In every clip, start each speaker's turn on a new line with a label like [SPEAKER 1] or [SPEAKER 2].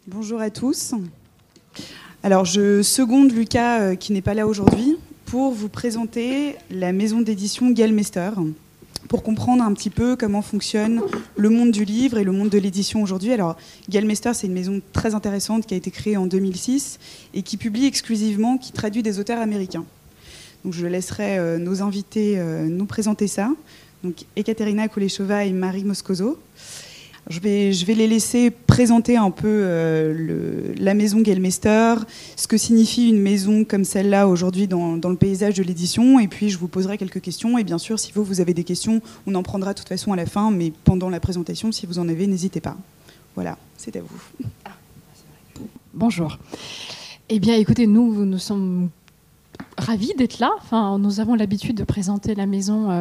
[SPEAKER 1] Bonjour à tous. Alors, je seconde Lucas, qui n'est pas là aujourd'hui, pour vous présenter la maison d'édition Gellmeister, pour comprendre un petit peu comment fonctionne le monde du livre et le monde de l'édition aujourd'hui. Alors, Gellmeister, c'est une maison très intéressante qui a été créée en 2006 et qui publie exclusivement, qui traduit des auteurs américains. Donc, je laisserai nos invités nous présenter ça. Donc, Ekaterina Kuleshova et Marie Moscoso. Je vais les laisser présenter un peu la maison Gellmeister, ce que signifie une maison comme celle-là aujourd'hui dans le paysage de l'édition, et puis je vous poserai quelques questions, et bien sûr, si vous avez des questions, on en prendra de toute façon à la fin, mais pendant la présentation, si vous en avez, n'hésitez pas. Voilà, c'est à vous.
[SPEAKER 2] Bonjour. Eh bien, écoutez, nous sommes ravis d'être là. Enfin, nous avons l'habitude de présenter la maison,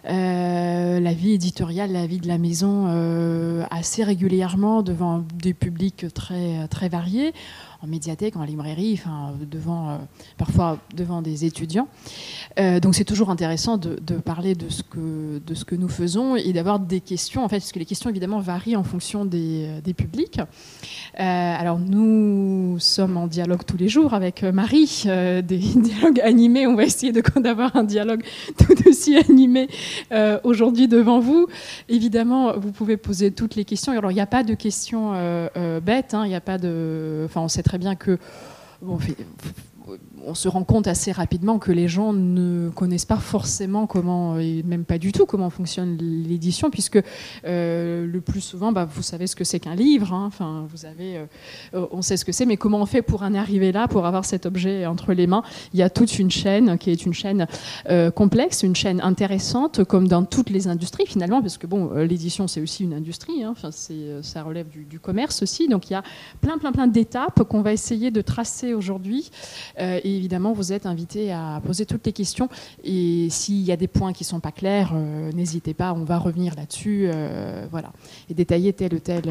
[SPEAKER 2] la vie éditoriale, la vie de la maison assez régulièrement devant des publics très, très variés, en médiathèque, en librairie, enfin, parfois devant des étudiants. Donc c'est toujours intéressant de parler de ce que nous faisons et d'avoir des questions, en fait, parce que les questions évidemment varient en fonction des publics. Alors nous sommes en dialogue tous les jours avec Marie, des dialogues animés. On va essayer d'avoir un dialogue tout aussi animé aujourd'hui devant vous. Évidemment, vous pouvez poser toutes les questions. Alors il n'y a pas de questions bêtes, hein, il n'y a pas de... Enfin, on sait très bien que... Bon, on se rend compte assez rapidement que les gens ne connaissent pas forcément comment, et même pas du tout comment fonctionne l'édition, puisque le plus souvent, vous savez ce que c'est qu'un livre, hein, enfin, on sait ce que c'est, mais comment on fait pour en arriver là, pour avoir cet objet entre les mains? Il y a toute une chaîne qui est une chaîne complexe, une chaîne intéressante, comme dans toutes les industries finalement, parce que bon, l'édition c'est aussi une industrie, hein, enfin, ça relève du commerce aussi, donc il y a plein d'étapes qu'on va essayer de tracer aujourd'hui. Et évidemment, vous êtes invités à poser toutes les questions. Et s'il y a des points qui ne sont pas clairs, n'hésitez pas, on va revenir là-dessus, voilà, et détailler tel ou tel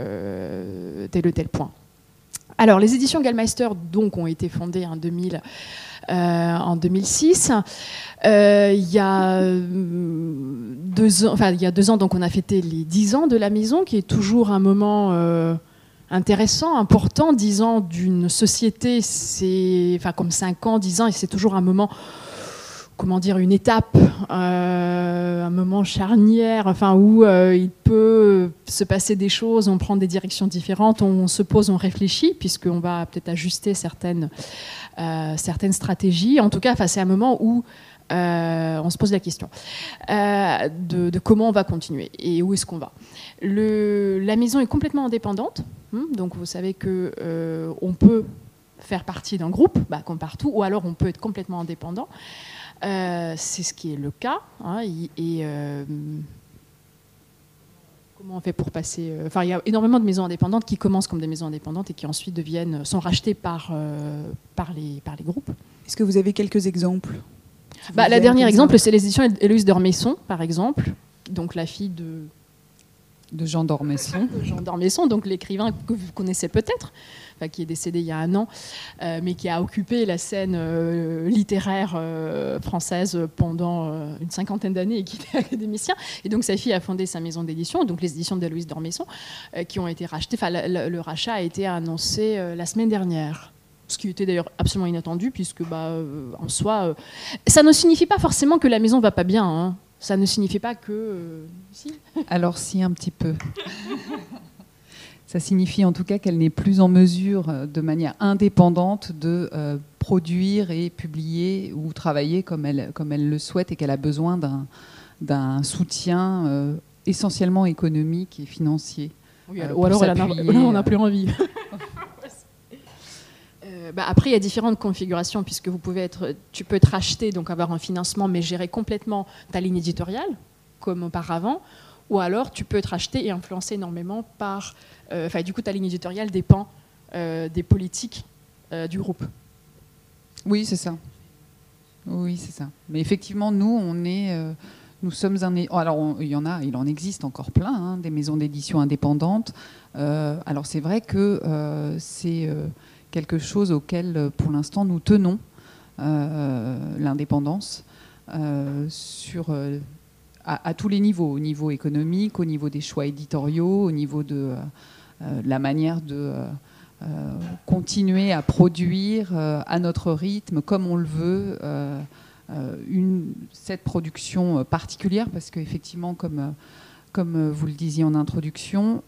[SPEAKER 2] point. Alors, les éditions Gellmeister donc, ont été fondées en 2006. Il y a 2 ans, donc, on a fêté les 10 ans de la maison, qui est toujours un moment... intéressant, important, 10 ans d'une société, c'est comme 5 ans, 10 ans, et c'est toujours un moment, comment dire, une étape, un moment charnière, où il peut se passer des choses, on prend des directions différentes, on se pose, on réfléchit, puisqu'on va peut-être ajuster certaines stratégies. En tout cas, c'est un moment où on se pose la question de comment on va continuer et où est-ce qu'on va. La maison est complètement indépendante, donc vous savez qu'on peut faire partie d'un groupe, comme partout, ou alors on peut être complètement indépendant. C'est ce qui est le cas. Hein, comment on fait pour passer... il y a énormément de maisons indépendantes qui commencent comme des maisons indépendantes et qui ensuite sont rachetées par les groupes.
[SPEAKER 1] Est-ce que vous avez quelques exemples?
[SPEAKER 2] La dernière exemple, c'est les éditions Héloïse d'Ormesson, par exemple, donc la fille de
[SPEAKER 3] Jean d'Ormesson.
[SPEAKER 2] Jean d'Ormesson, donc l'écrivain que vous connaissez peut-être, qui est décédé il y a un an, mais qui a occupé la scène littéraire française pendant une 50aine d'années et qui était académicien. Et donc sa fille a fondé sa maison d'édition, donc les éditions d'Héloïse d'Ormesson, qui ont été rachetées. Le rachat a été annoncé la semaine dernière. Ce qui était d'ailleurs absolument inattendu, puisque en soi, ça ne signifie pas forcément que la maison ne va pas bien. Hein. Ça ne signifie pas que... Si.
[SPEAKER 3] Alors si, un petit peu. Ça signifie en tout cas qu'elle n'est plus en mesure, de manière indépendante, de produire et publier ou travailler comme elle le souhaite, et qu'elle a besoin d'un soutien essentiellement économique et financier.
[SPEAKER 2] Oui, ou alors on n'a plus envie. Après, il y a différentes configurations, puisque tu peux être racheté, donc avoir un financement, mais gérer complètement ta ligne éditoriale, comme auparavant, ou alors tu peux être racheté et influencé énormément par... du coup, ta ligne éditoriale dépend des politiques du groupe.
[SPEAKER 3] Oui, c'est ça. Oui, c'est ça. Mais effectivement, nous sommes alors, il en existe encore plein, hein, des maisons d'édition indépendantes. Alors, c'est vrai que c'est... quelque chose auquel, pour l'instant, nous tenons, l'indépendance, à tous les niveaux, au niveau économique, au niveau des choix éditoriaux, au niveau de la manière continuer à produire à notre rythme, comme on le veut, cette production particulière, parce qu'effectivement, comme vous le disiez en introduction,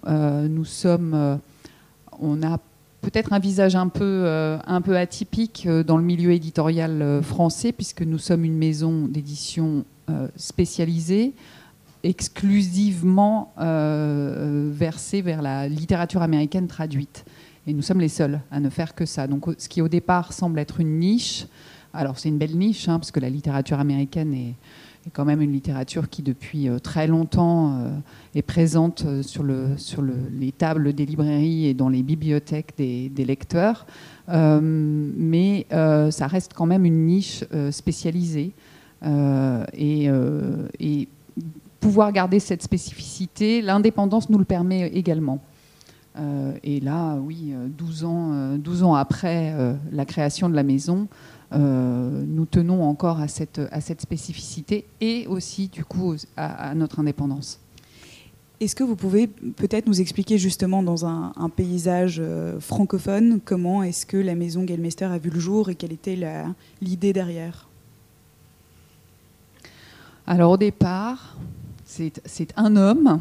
[SPEAKER 3] on a peut-être un visage un peu atypique dans le milieu éditorial français, puisque nous sommes une maison d'édition spécialisée, exclusivement versée vers la littérature américaine traduite. Et nous sommes les seuls à ne faire que ça. Donc, ce qui au départ semble être une niche, alors c'est une belle niche, parce que la littérature américaine est quand même une littérature qui, depuis très longtemps, est présente sur les tables des librairies et dans les bibliothèques des lecteurs. Mais ça reste quand même une niche spécialisée. Et pouvoir garder cette spécificité, l'indépendance nous le permet également. Et là, oui, 12 ans après la création de la maison, nous tenons encore à cette spécificité et aussi, du coup, à notre indépendance.
[SPEAKER 1] Est-ce que vous pouvez peut-être nous expliquer justement dans un paysage francophone comment est-ce que la maison Gallmeister a vu le jour et quelle était l'idée derrière ?
[SPEAKER 3] Alors au départ, c'est un homme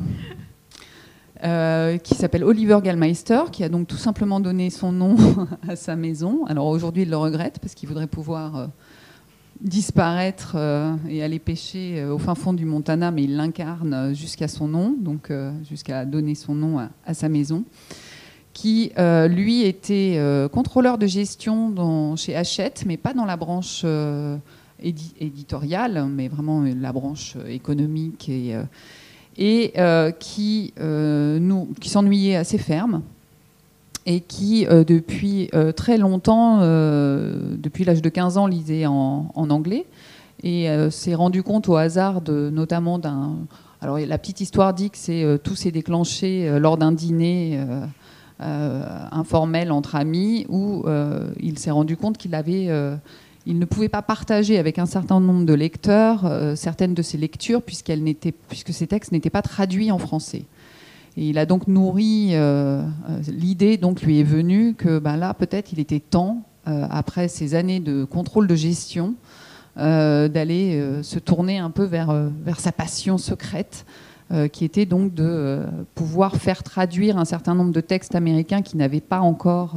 [SPEAKER 3] qui s'appelle Oliver Gallmeister, qui a donc tout simplement donné son nom à sa maison. Alors aujourd'hui, il le regrette parce qu'il voudrait pouvoir disparaître et aller pêcher au fin fond du Montana, mais il l'incarne jusqu'à son nom, donc jusqu'à donner son nom à sa maison, qui lui était contrôleur de gestion chez Hachette, mais pas dans la branche éditoriale, mais vraiment la branche économique et qui s'ennuyait assez ferme et qui, depuis très longtemps, depuis l'âge de 15 ans, lisait en anglais et s'est rendu compte au hasard notamment d'un... Alors la petite histoire dit que tout s'est déclenché lors d'un dîner informel entre amis où il s'est rendu compte qu'il ne pouvait pas partager avec un certain nombre de lecteurs certaines de ses lectures puisque ces textes n'étaient pas traduits en français. Et il a donc nourri l'idée, donc lui est venue que là, peut-être, il était temps, après ces années de contrôle de gestion, d'aller se tourner un peu vers sa passion secrète, qui était donc de pouvoir faire traduire un certain nombre de textes américains qui n'avaient pas encore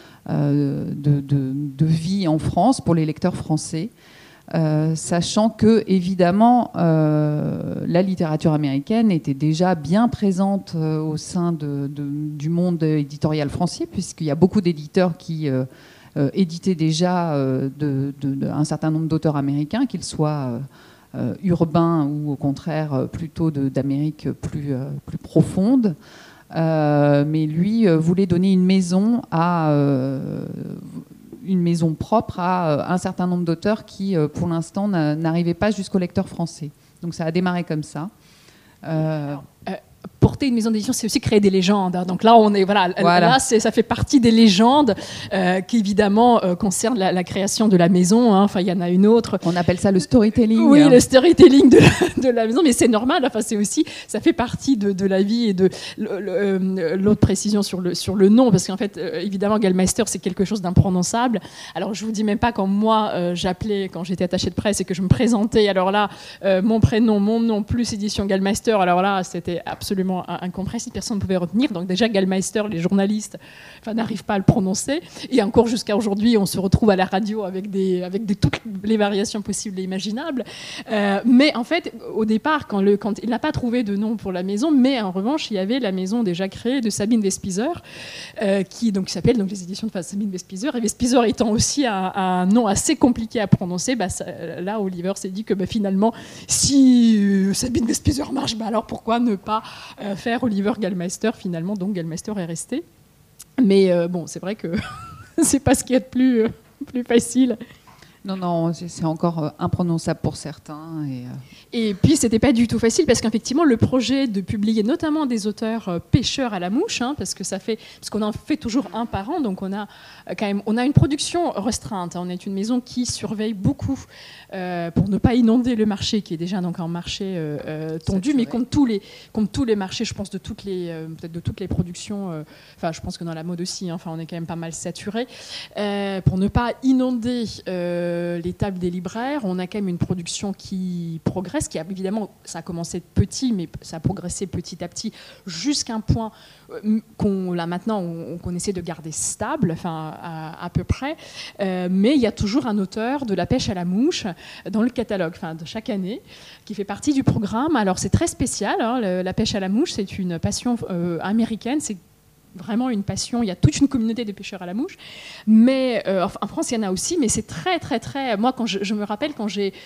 [SPEAKER 3] de vie en France pour les lecteurs français. Sachant que, évidemment, la littérature américaine était déjà bien présente au sein du monde éditorial français, puisqu'il y a beaucoup d'éditeurs qui éditaient déjà un certain nombre d'auteurs américains, qu'ils soient urbains ou au contraire plutôt d'Amérique plus profonde. Mais lui voulait donner une maison propre à un certain nombre d'auteurs qui, pour l'instant, n'arrivaient pas jusqu'au lecteur français. Donc ça a démarré comme ça.
[SPEAKER 2] Porter une maison d'édition, c'est aussi créer des légendes. Donc là, là, ça fait partie des légendes qui, évidemment, concernent la création de la maison. Enfin, il y en a une autre.
[SPEAKER 3] On appelle ça le storytelling.
[SPEAKER 2] Oui, le storytelling de la maison, mais c'est normal. Enfin, ça fait partie de la vie et de l'autre précision sur le nom, parce qu'en fait, évidemment, Gallmeister, c'est quelque chose d'imprononçable. Alors, je vous dis même pas quand moi, j'appelais, quand j'étais attachée de presse et que je me présentais. Alors là, mon prénom, mon nom, plus édition Gallmeister. Alors là, c'était absolument incompréhensible, personne ne pouvait retenir. Donc déjà, Gallmeister, les journalistes n'arrivent pas à le prononcer. Et encore jusqu'à aujourd'hui, on se retrouve à la radio avec toutes les variations possibles et imaginables. Mais en fait, au départ, quand il n'a pas trouvé de nom pour la maison, mais en revanche, il y avait la maison déjà créée de Sabine Vespizer, qui s'appelle les éditions de Sabine Vespizer. Et Vespizer étant aussi un nom assez compliqué à prononcer, là, Oliver s'est dit que finalement, si Sabine Vespizer marche, alors pourquoi ne pas faire Oliver Gallmeister finalement. Donc Gallmeister est resté. Mais bon, c'est vrai que c'est pas ce qu'il y a de plus facile.
[SPEAKER 3] Non, c'est encore imprononçable pour certains.
[SPEAKER 2] Et puis, c'était pas du tout facile parce qu'effectivement, le projet de publier notamment des auteurs pêcheurs à la mouche, parce qu'on en fait toujours un par an, donc on a une production restreinte. On est une maison qui surveille beaucoup pour ne pas inonder le marché, qui est déjà donc un marché tendu, mais comme tous les marchés, je pense peut-être de toutes les productions. Je pense que dans la mode aussi, on est quand même pas mal saturé. Pour ne pas inonder les tables des libraires, on a quand même une production qui progresse, qui a évidemment, ça a commencé petit, mais ça a progressé petit à petit jusqu'à un point qu'on essaie de garder stable, à peu près. Mais il y a toujours un auteur de la pêche à la mouche dans le catalogue, de chaque année, qui fait partie du programme. Alors c'est très spécial, la pêche à la mouche, c'est une passion américaine, c'est vraiment une passion, il y a toute une communauté de pêcheurs à la mouche, mais en France il y en a aussi, mais c'est très très très... Moi je me rappelle quand je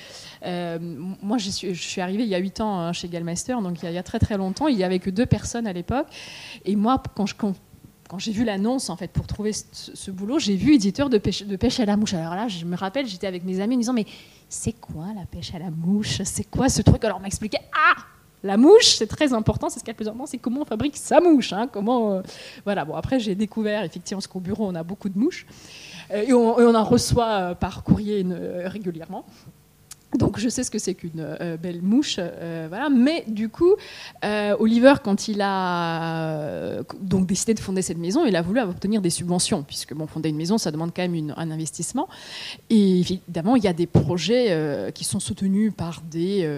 [SPEAKER 2] suis arrivée il y a 8 ans chez Gallmeister, donc il y a très très longtemps, il n'y avait que 2 personnes à l'époque, et moi quand j'ai vu l'annonce pour trouver ce boulot, j'ai vu éditeur de pêche à la mouche. Alors là, je me rappelle, j'étais avec mes amis en me disant, mais c'est quoi la pêche à la mouche? C'est quoi ce truc? Alors on m'expliquait, la mouche, c'est très important, c'est ce qu'il y a le plus important, c'est comment on fabrique sa mouche. Voilà. Bon, après, j'ai découvert, effectivement, parce qu'au bureau, on a beaucoup de mouches. Et on en reçoit par courrier régulièrement. Donc je sais ce que c'est qu'une belle mouche, voilà. Mais du coup, Oliver, quand il a donc décidé de fonder cette maison, il a voulu obtenir des subventions, puisque fonder une maison, ça demande quand même un investissement. Et évidemment, il y a des projets qui sont soutenus par des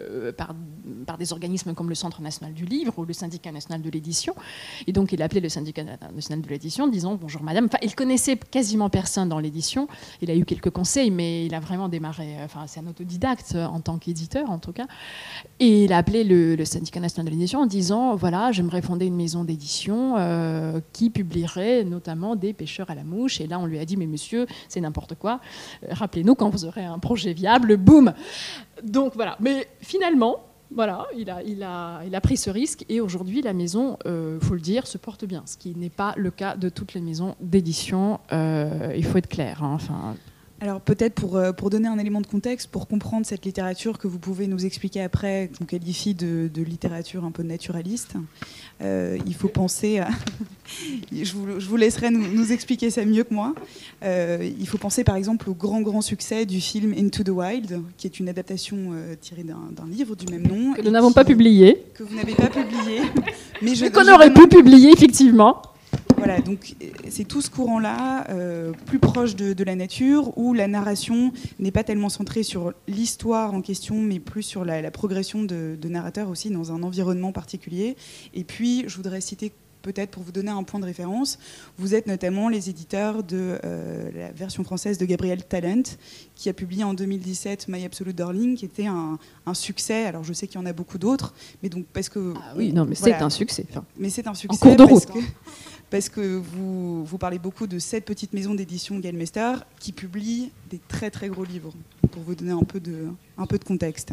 [SPEAKER 2] organismes comme le Centre national du livre ou le Syndicat national de l'édition. Et donc il a appelé le Syndicat national de l'édition, disant bonjour madame. Il connaissait quasiment personne dans l'édition. Il a eu quelques conseils, mais il a vraiment démarré. C'est un autodidacte en tant qu'éditeur en tout cas, et il a appelé le Syndicat national de l'édition en disant voilà, j'aimerais fonder une maison d'édition qui publierait notamment des pêcheurs à la mouche. Et là on lui a dit mais monsieur, c'est n'importe quoi, rappelez-nous quand vous aurez un projet viable, boum. Donc voilà, mais finalement voilà, il a pris ce risque, et aujourd'hui la maison, faut le dire, se porte bien, ce qui n'est pas le cas de toutes les maisons d'édition, il faut être clair,
[SPEAKER 1] Alors peut-être pour donner un élément de contexte, pour comprendre cette littérature que vous pouvez nous expliquer après, qu'on qualifie de littérature un peu naturaliste, il faut penser à... je vous laisserai nous expliquer ça mieux que moi. Il faut penser par exemple au grand succès du film Into the Wild, qui est une adaptation tirée d'un livre du même nom.
[SPEAKER 2] Que nous n'avons pas publié.
[SPEAKER 1] Que vous n'avez pas publié.
[SPEAKER 2] Mais qu'on aurait pu publier, effectivement.
[SPEAKER 1] Voilà, donc c'est tout ce courant-là, plus proche de la nature, où la narration n'est pas tellement centrée sur l'histoire en question, mais plus sur la progression de narrateur aussi dans un environnement particulier. Et puis, je voudrais citer, peut-être pour vous donner un point de référence, vous êtes notamment les éditeurs de la version française de Gabriel Talent, qui a publié en 2017 My Absolute Darling, qui était un succès. Alors je sais qu'il y en a beaucoup d'autres, mais donc parce que...
[SPEAKER 2] Ah oui, non, mais voilà, c'est un succès.
[SPEAKER 1] Mais c'est un succès.
[SPEAKER 2] En cours de route.
[SPEAKER 1] Parce que vous parlez beaucoup de cette petite maison d'édition Gallmeister qui publie des très très gros livres, pour vous donner un peu de contexte.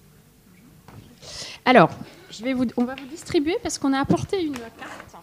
[SPEAKER 2] Alors, on va vous distribuer parce qu'on a apporté une carte.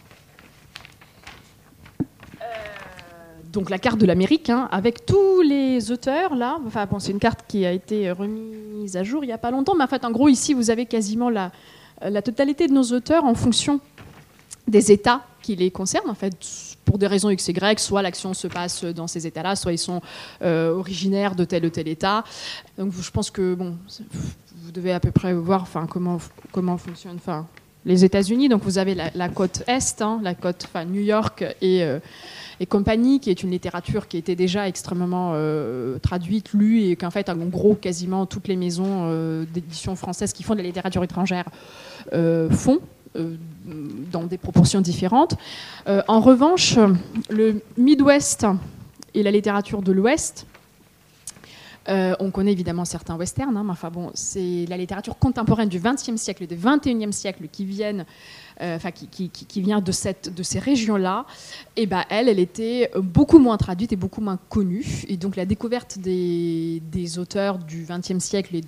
[SPEAKER 2] Donc la carte de l'Amérique, avec tous les auteurs là. C'est une carte qui a été remise à jour il n'y a pas longtemps, mais en gros ici vous avez quasiment la totalité de nos auteurs en fonction des États qui les concernent, pour des raisons X et Y, soit l'action se passe dans ces États-là, soit ils sont originaires de tel ou tel État. Donc je pense que vous devez à peu près voir comment fonctionnent les États-Unis. Donc vous avez la côte Est, la côte New York et compagnie, qui est une littérature qui était déjà extrêmement traduite, lue, et qu'en fait, en gros, quasiment toutes les maisons d'édition françaises qui font de la littérature étrangère font, dans des proportions différentes. En revanche, le Midwest et la littérature de l'Ouest, on connaît évidemment certains westerns, c'est la littérature contemporaine du XXe siècle et du XXIe siècle qui viennent, qui vient de ces régions-là. Et elle était beaucoup moins traduite et beaucoup moins connue. Et donc la découverte des auteurs du XXe siècle et de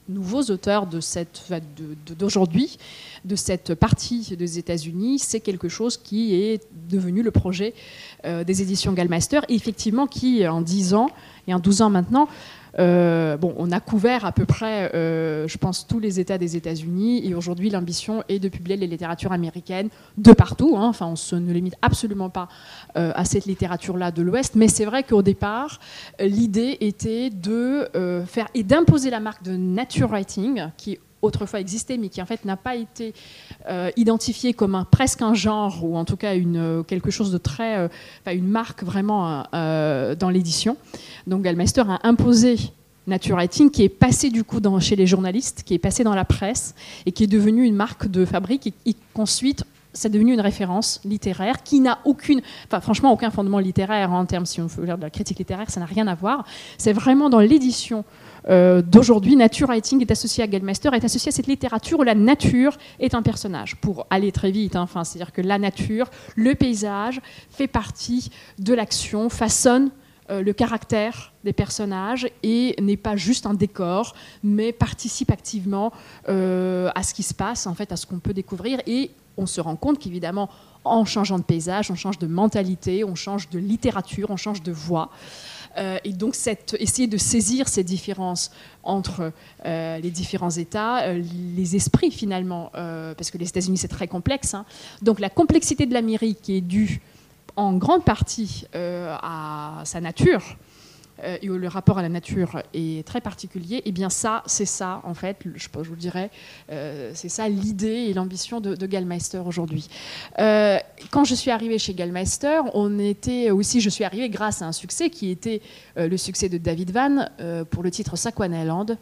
[SPEAKER 2] nouveaux auteurs d'aujourd'hui, de cette partie des États-Unis. C'est quelque chose qui est devenu le projet des éditions Gallmeister, et effectivement qui, en 10 ans et en 12 ans maintenant, on a couvert à peu près, je pense, tous les États des États-Unis, et aujourd'hui l'ambition est de publier les littératures américaines de partout. Enfin, on ne limite absolument pas à cette littérature-là de l'Ouest, mais c'est vrai qu'au départ, l'idée était de faire et d'imposer la marque de nature writing, qui autrefois existait, mais qui en fait n'a pas été identifié comme presque un genre, ou en tout cas quelque chose de très, une marque vraiment dans l'édition. Donc Gallmeister a imposé nature writing, qui est passé du coup chez les journalistes, qui est passé dans la presse, et qui est devenu une marque de fabrique, et qu'ensuite c'est devenu une référence littéraire qui n'a franchement aucun fondement littéraire en termes, si on veut dire de la critique littéraire, ça n'a rien à voir. C'est vraiment dans l'édition d'aujourd'hui, nature writing est associé à Gallmeister, est associé à cette littérature où la nature est un personnage. Pour aller très vite, c'est-à-dire que la nature, le paysage, fait partie de l'action, façonne le caractère des personnages et n'est pas juste un décor, mais participe activement à ce qui se passe, en fait, à ce qu'on peut découvrir. Et on se rend compte qu'évidemment, en changeant de paysage, on change de mentalité, on change de littérature, on change de voix. Et donc, essayer de saisir ces différences entre les différents États, les esprits finalement, parce que les États-Unis, c'est très complexe. Donc, la complexité de l'Amérique qui est due en grande partie à sa nature, et où le rapport à la nature est très particulier, et bien ça, c'est ça, en fait, je vous le dirais, c'est ça l'idée et l'ambition de Gallmeister aujourd'hui. Quand je suis arrivée chez Gallmeister, je suis arrivée grâce à un succès qui était le succès de David Vann pour le titre Saquon Island,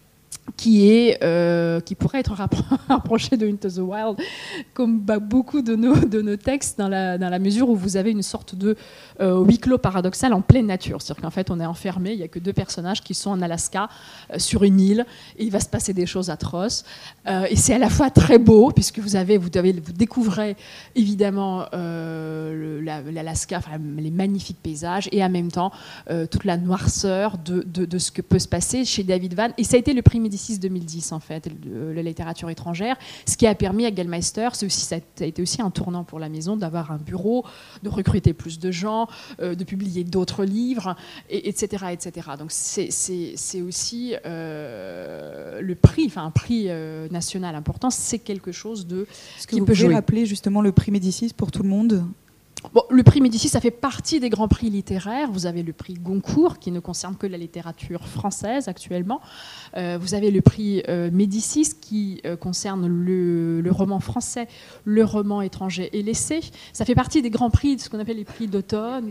[SPEAKER 2] qui pourrait être rapproché de Into the Wild, comme beaucoup de nos textes, dans la mesure où vous avez une sorte de huis clos paradoxal en pleine nature. C'est-à-dire qu'en fait, on est enfermé, il n'y a que 2 personnages qui sont en Alaska, sur une île, et il va se passer des choses atroces. Et c'est à la fois très beau, puisque vous découvrez évidemment l'Alaska, les magnifiques paysages, et en même temps, toute la noirceur de ce que peut se passer chez David Vann. Et ça a été le prix Médicis 2010, en fait, la littérature étrangère, ce qui a permis à Gallmeister, ça a été aussi un tournant pour la maison, d'avoir un bureau, de recruter plus de gens, de publier d'autres livres, etc., etc. Donc c'est aussi le prix, un prix national important, c'est quelque chose
[SPEAKER 1] qui peut jouer. Rappeler justement le prix Médicis pour tout le monde?
[SPEAKER 2] Bon, le prix Médicis, ça fait partie des grands prix littéraires. Vous avez le prix Goncourt, qui ne concerne que la littérature française actuellement. Vous avez le prix Médicis, qui concerne le roman français, le roman étranger et l'essai. Ça fait partie des grands prix, de ce qu'on appelle les prix d'automne,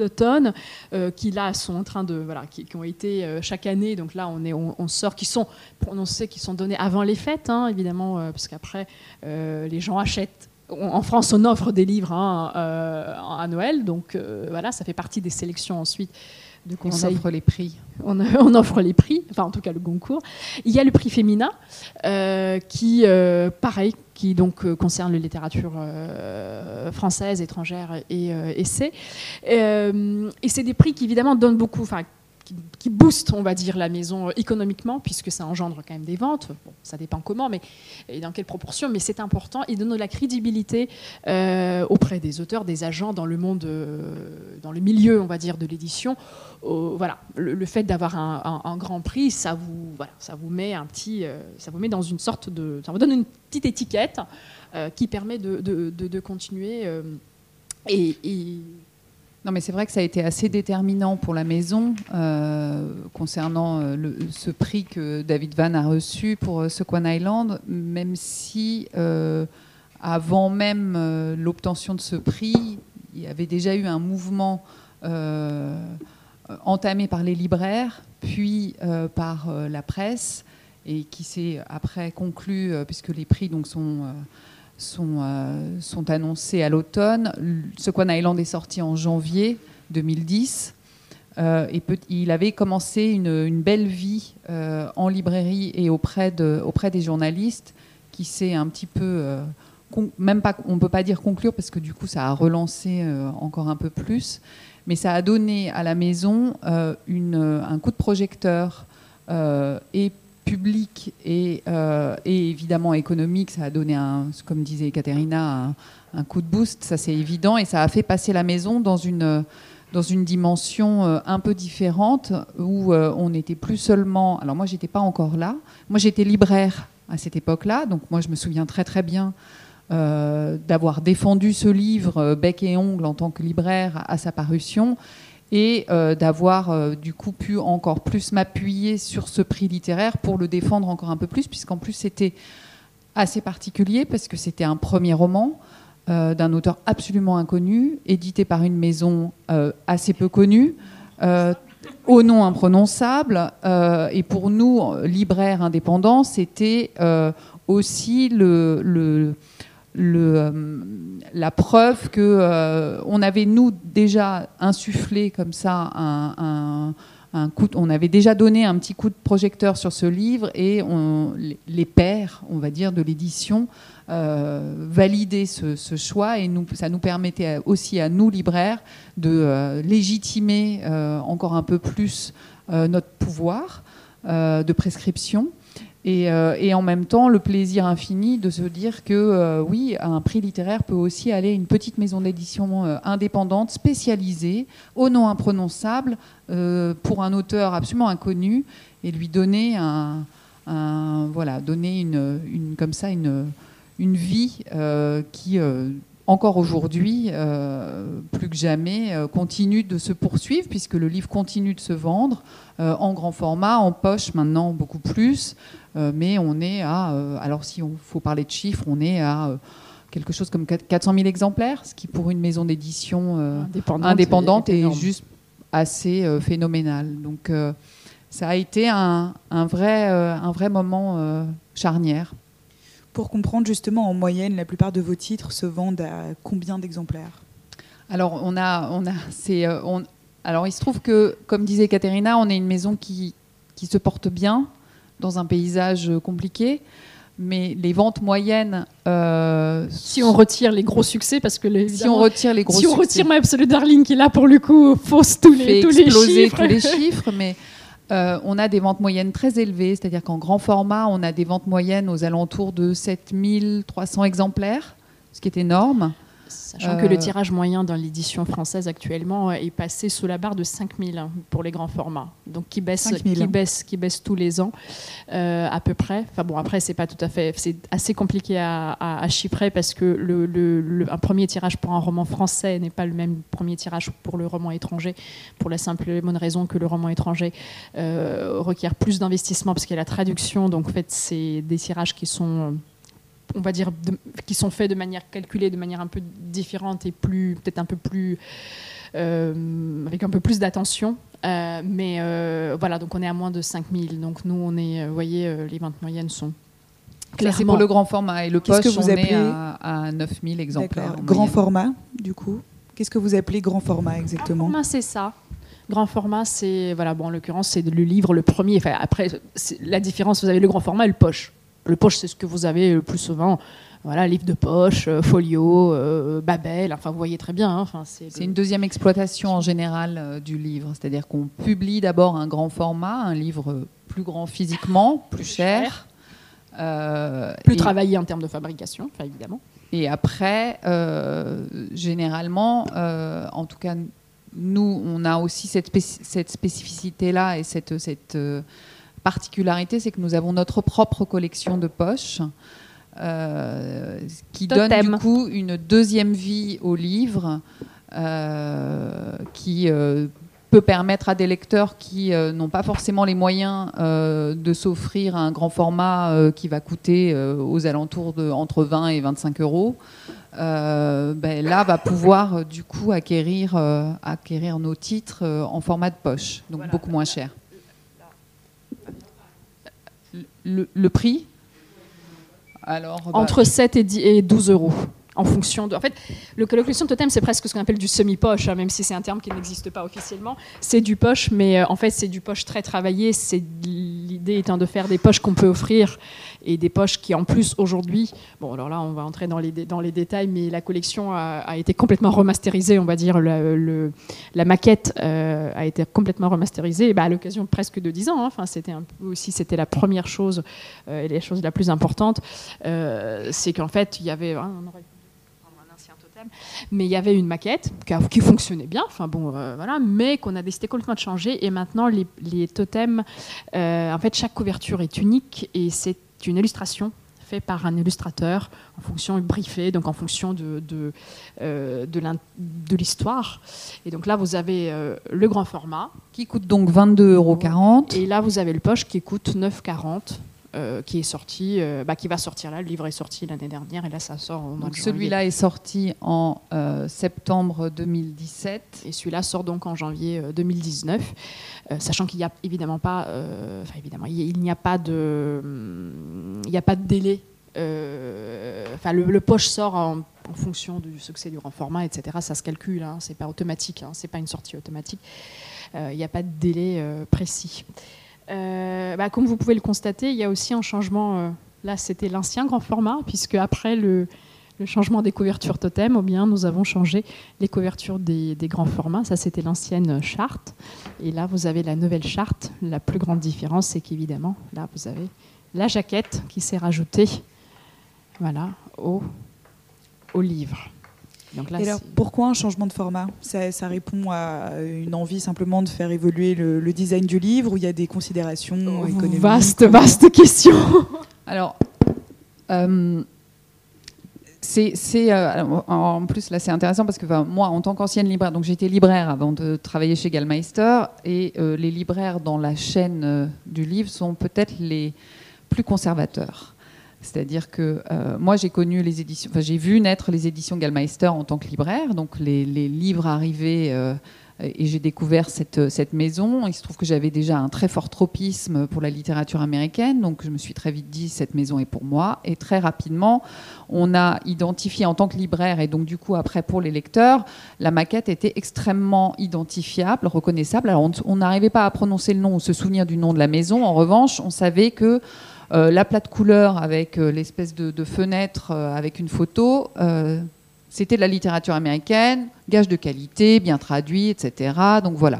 [SPEAKER 2] qui là sont en train de, qui ont été chaque année. Donc là, on sort, qui sont prononcés, qui sont donnés avant les fêtes, évidemment, parce qu'après, les gens achètent. En France, on offre des livres à Noël, donc ça fait partie des sélections ensuite de conseils.
[SPEAKER 3] On offre les prix.
[SPEAKER 2] On offre les prix, en tout cas le Goncourt. Il y a le prix Femina, qui donc concerne la littérature française, étrangère et essai. Et c'est des prix qui évidemment donnent beaucoup, qui booste, on va dire, la maison économiquement, puisque ça engendre quand même des ventes. Bon, ça dépend comment, et dans quelle proportion, mais c'est important, et donne de la crédibilité auprès des auteurs, des agents dans le monde, dans le milieu, on va dire, de l'édition. Le fait d'avoir un grand prix, ça vous met ça vous met dans une sorte de, ça vous donne une petite étiquette qui permet de continuer
[SPEAKER 3] Non, mais c'est vrai que ça a été assez déterminant pour la maison concernant ce prix que David Vann a reçu pour Saquon Island, même si avant même l'obtention de ce prix, il y avait déjà eu un mouvement entamé par les libraires, puis par la presse, et qui s'est après conclu, puisque les prix donc sont annoncés à l'automne. Saquon Island est sorti en janvier 2010. Et il avait commencé une belle vie en librairie et auprès des journalistes, qui s'est un petit peu... même pas, on ne peut pas dire conclure, parce que du coup, ça a relancé encore un peu plus. Mais ça a donné à la maison un coup de projecteur et public et évidemment économique, ça a donné, comme disait Ekaterina, un coup de boost, ça c'est évident, et ça a fait passer la maison dans une dimension un peu différente, où on n'était plus seulement... Alors moi, j'étais pas encore là. Moi, j'étais libraire à cette époque-là, donc moi, je me souviens très très bien d'avoir défendu ce livre bec et ongle en tant que libraire à sa parution, et d'avoir du coup pu encore plus m'appuyer sur ce prix littéraire pour le défendre encore un peu plus, puisqu'en plus c'était assez particulier, parce que c'était un premier roman d'un auteur absolument inconnu, édité par une maison assez peu connue, au nom imprononçable, et pour nous, libraires indépendants, c'était aussi la preuve que on avait, nous, déjà insufflé comme ça on avait déjà donné un petit coup de projecteur sur ce livre, et les pairs, on va dire, de l'édition validaient ce choix, et ça nous permettait aussi à nous, libraires, de légitimer encore un peu plus notre pouvoir de prescription. Et en même temps, le plaisir infini de se dire que oui, un prix littéraire peut aussi aller à une petite maison d'édition indépendante, spécialisée, au nom imprononçable, pour un auteur absolument inconnu, et lui donner donner une vie qui, encore aujourd'hui, plus que jamais, continue de se poursuivre, puisque le livre continue de se vendre en grand format, en poche maintenant beaucoup plus. Mais on est à, alors si on faut parler de chiffres, on est à quelque chose comme 400 000 exemplaires, ce qui pour une maison d'édition indépendante est juste assez phénoménal. Donc ça a été un vrai moment charnière.
[SPEAKER 1] Pour comprendre justement, en moyenne, la plupart de vos titres se vendent à combien d'exemplaires ?
[SPEAKER 3] Alors alors il se trouve que, comme disait Ekaterina, on est une maison qui se porte bien dans un paysage compliqué, mais les ventes moyennes...
[SPEAKER 2] si on retire les gros succès, parce que
[SPEAKER 3] si on retire
[SPEAKER 2] My Absolute Darling, qui là pour le coup fausse tous les
[SPEAKER 3] chiffres, mais on a des ventes moyennes très élevées, c'est-à-dire qu'en grand format, on a des ventes moyennes aux alentours de 7300 exemplaires, ce qui est énorme.
[SPEAKER 2] Sachant que le tirage moyen dans l'édition française actuellement est passé sous la barre de 5000 pour les grands formats, donc qui baisse tous les ans à peu près. Enfin bon, après c'est pas tout à fait, c'est assez compliqué à chiffrer, parce que un premier tirage pour un roman français n'est pas le même premier tirage pour le roman étranger, pour la simple et bonne raison que le roman étranger requiert plus d'investissement, parce qu'il y a la traduction. Donc en fait, c'est des tirages qui sont, on va dire, qui sont faits de manière calculée, de manière un peu différente, et peut-être un peu plus avec un peu plus d'attention. Mais voilà, donc on est à moins de 5000. Donc nous, on est, vous voyez, les ventes moyennes sont clairement...
[SPEAKER 3] C'est pour le grand format, et le poche, on est à 9000 exemplaires.
[SPEAKER 1] Grand format, du coup. Qu'est-ce que vous appelez grand format exactement ?
[SPEAKER 2] Grand format, c'est ça. Grand format, c'est, voilà, bon, en l'occurrence, c'est le livre, le premier. Enfin, après, la différence, vous avez le grand format et le poche. Le poche, c'est ce que vous avez le plus souvent. Voilà, livre de poche, folio, Babel, enfin vous voyez très bien. Hein, enfin, c'est
[SPEAKER 3] une deuxième exploitation en général du livre, c'est-à-dire qu'on publie d'abord un grand format, un livre plus grand physiquement, plus cher.
[SPEAKER 2] Plus travaillé en termes de fabrication, enfin, évidemment.
[SPEAKER 3] Et après, généralement, en tout cas, nous, on a aussi cette spécificité-là et cette particularité, c'est que nous avons notre propre collection de poches qui donne du coup une deuxième vie au livre qui peut permettre à des lecteurs qui n'ont pas forcément les moyens de s'offrir un grand format qui va coûter aux alentours de entre 20 et 25 euros, là va pouvoir du coup acquérir nos titres en format de poche, donc voilà, beaucoup moins cher. Le prix alors,
[SPEAKER 2] entre 7 et 12 euros. En fonction de... En fait, la collection totem, c'est presque ce qu'on appelle du semi-poche, hein, même si c'est un terme qui n'existe pas officiellement. C'est du poche, mais en fait, c'est du poche très travaillé. L'idée étant de faire des poches qu'on peut offrir et des poches qui en plus aujourd'hui, bon alors là on va entrer dans les détails, mais la collection a été complètement remasterisée, on va dire, la maquette a été complètement remasterisée à l'occasion presque de 10 ans, hein. Enfin, c'était la première chose et la chose la plus importante, c'est qu'en fait il y avait, on aurait mais il y avait une maquette qui fonctionnait bien, enfin bon, voilà, mais qu'on a décidé complètement de changer. Et maintenant, les totems, en fait, chaque couverture est unique et c'est une illustration faite par un illustrateur en fonction briefé, donc en fonction de l'histoire. Et donc là, vous avez le grand format
[SPEAKER 3] qui coûte donc 22,40 €.
[SPEAKER 2] Et là, vous avez le poche qui coûte 9,40 €. Qui est sorti, qui va sortir là. Le livre est sorti l'année dernière et là ça sort au mois de janvier.
[SPEAKER 3] Celui-là est sorti en septembre 2017
[SPEAKER 2] et celui-là sort donc en janvier 2019, sachant qu'il n'y a évidemment pas, il n'y a pas de délai. Le poche sort en fonction du succès du grand format, etc. Ça se calcule, hein, c'est pas automatique, hein, c'est pas une sortie automatique. Il n'y a pas de délai précis. Comme vous pouvez le constater, il y a aussi un changement. Là, c'était l'ancien grand format, puisque après le changement des couvertures totem, nous avons changé les couvertures des grands formats. Ça, c'était l'ancienne charte. Et là, vous avez la nouvelle charte. La plus grande différence, c'est qu'évidemment, là, vous avez la jaquette qui s'est rajoutée, voilà, au livre. Donc là,
[SPEAKER 1] et alors, pourquoi un changement de format ? Ça répond à une envie simplement de faire évoluer le design du livre, ou il y a des considérations économiques ?
[SPEAKER 2] Vaste question.
[SPEAKER 3] Alors, en plus, là, c'est intéressant parce que moi, en tant qu'ancienne libraire, donc j'étais libraire avant de travailler chez Gallmeister, et les libraires dans la chaîne du livre sont peut-être les plus conservateurs. C'est-à-dire que moi, j'ai connu les éditions, j'ai vu naître les éditions Gallmeister en tant que libraire, donc les livres arrivaient et j'ai découvert cette maison. Il se trouve que j'avais déjà un très fort tropisme pour la littérature américaine, donc je me suis très vite dit cette maison est pour moi. Et très rapidement, on a identifié en tant que libraire et donc du coup après pour les lecteurs, la maquette était extrêmement identifiable, reconnaissable. Alors on n'arrivait pas à prononcer le nom ou se souvenir du nom de la maison. En revanche, on savait que la plate couleur avec l'espèce de fenêtre avec une photo, c'était de la littérature américaine, gage de qualité, bien traduit, etc. Donc voilà.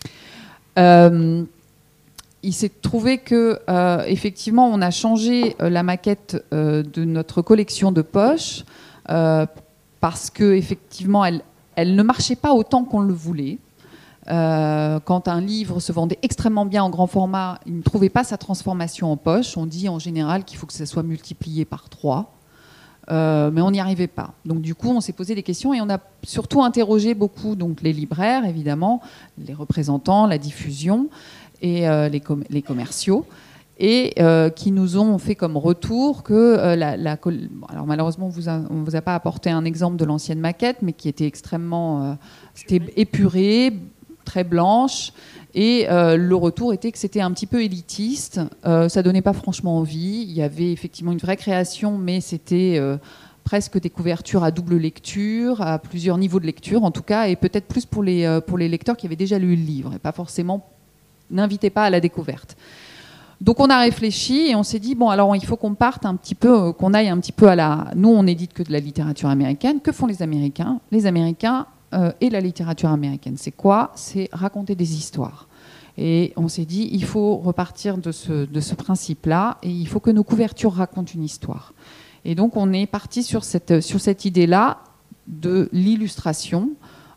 [SPEAKER 3] Il s'est trouvé que effectivement, on a changé la maquette de notre collection de poches parce que effectivement, elle ne marchait pas autant qu'on le voulait. Quand un livre se vendait extrêmement bien en grand format, il ne trouvait pas sa transformation en poche. On dit en général qu'il faut que ça soit multiplié par 3, mais on n'y arrivait pas. Donc du coup, on s'est posé des questions et on a surtout interrogé beaucoup donc, les libraires, évidemment, les représentants, la diffusion et les commerciaux, et qui nous ont fait comme retour que alors malheureusement on ne vous a pas apporté un exemple de l'ancienne maquette, mais qui était extrêmement c'était épuré, très blanche, et le retour était que c'était un petit peu élitiste, ça donnait pas franchement envie. Il y avait effectivement une vraie création, mais c'était presque des couvertures à double lecture, à plusieurs niveaux de lecture en tout cas, et peut-être plus pour les lecteurs qui avaient déjà lu le livre, et pas forcément, n'invitez pas à la découverte. Donc on a réfléchi et on s'est dit, bon alors il faut qu'on parte un petit peu, qu'on aille un petit peu nous on n'édite que de la littérature américaine, que font les Américains ? Les Américains et la littérature américaine, c'est quoi ? C'est raconter des histoires. Et on s'est dit, il faut repartir de ce principe-là, et il faut que nos couvertures racontent une histoire. Et donc on est parti sur cette idée-là de l'illustration,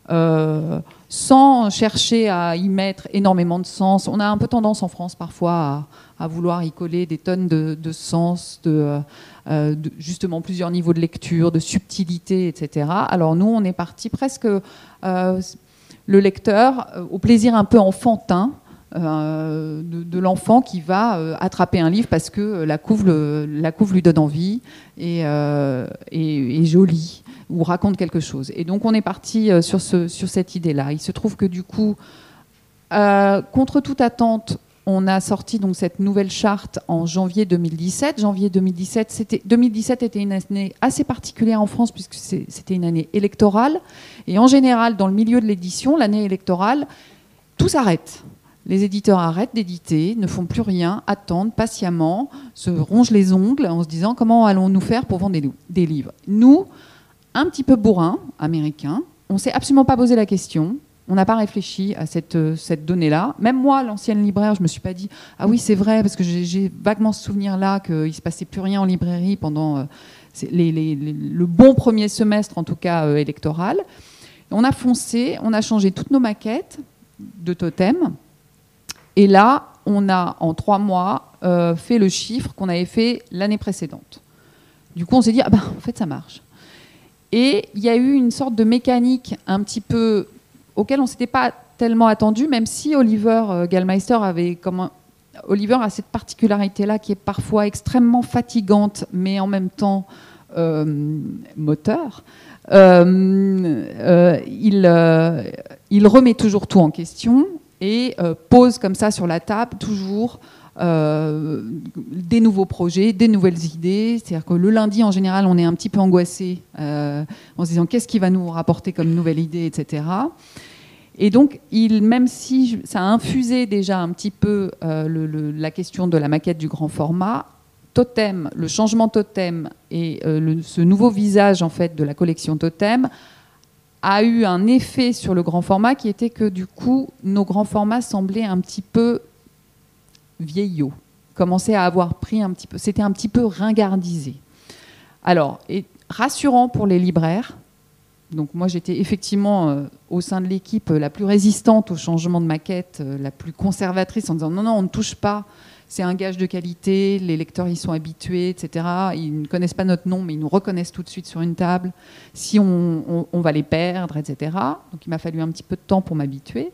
[SPEAKER 3] sans chercher à y mettre énormément de sens. On a un peu tendance en France parfois à vouloir y coller des tonnes de sens, de justement plusieurs niveaux de lecture, de subtilité, etc. Alors nous, on est parti presque le lecteur au plaisir un peu enfantin de l'enfant qui va attraper un livre parce que la couve lui donne envie et est jolie ou raconte quelque chose. Et donc on est parti sur cette idée-là. Il se trouve que du coup, contre toute attente, on a sorti donc cette nouvelle charte en janvier 2017. Janvier 2017 était une année assez particulière en France puisque c'était une année électorale. Et en général, dans le milieu de l'édition, l'année électorale, tout s'arrête. Les éditeurs arrêtent d'éditer, ne font plus rien, attendent patiemment, se rongent les ongles en se disant comment allons-nous faire pour vendre des livres. Nous, un petit peu bourrin, américain, on ne s'est absolument pas posé la question. On n'a pas réfléchi à cette donnée-là. Même moi, l'ancienne libraire, je ne me suis pas dit « Ah oui, c'est vrai », parce que j'ai vaguement ce souvenir-là qu'il ne se passait plus rien en librairie pendant le bon premier semestre, en tout cas électoral. On a foncé, on a changé toutes nos maquettes de totem. Et là, on a, en 3 mois, fait le chiffre qu'on avait fait l'année précédente. Du coup, on s'est dit « Ah ben, en fait, ça marche ». Et il y a eu une sorte de mécanique un petit peu auquel on ne s'était pas tellement attendu, même si Oliver Gallmeister Oliver a cette particularité-là qui est parfois extrêmement fatigante, mais en même temps moteur. Il remet toujours tout en question et pose comme ça sur la table toujours des nouveaux projets, des nouvelles idées. C'est-à-dire que le lundi, en général, on est un petit peu angoissé en se disant qu'est-ce qui va nous rapporter comme nouvelle idée, etc. Et donc, même si ça a infusé déjà un petit peu la question de la maquette du grand format, Totem, le changement Totem et ce nouveau visage en fait de la collection Totem a eu un effet sur le grand format qui était que du coup, nos grands formats semblaient un petit peu vieillots, commençaient à avoir pris un petit peu, c'était un petit peu ringardisé. Alors, et rassurant pour les libraires. Donc moi, j'étais effectivement au sein de l'équipe la plus résistante au changement de maquette, la plus conservatrice en disant non, on ne touche pas, c'est un gage de qualité, les lecteurs y sont habitués, etc. Ils ne connaissent pas notre nom, mais ils nous reconnaissent tout de suite sur une table. Si on va les perdre, etc. Donc il m'a fallu un petit peu de temps pour m'habituer.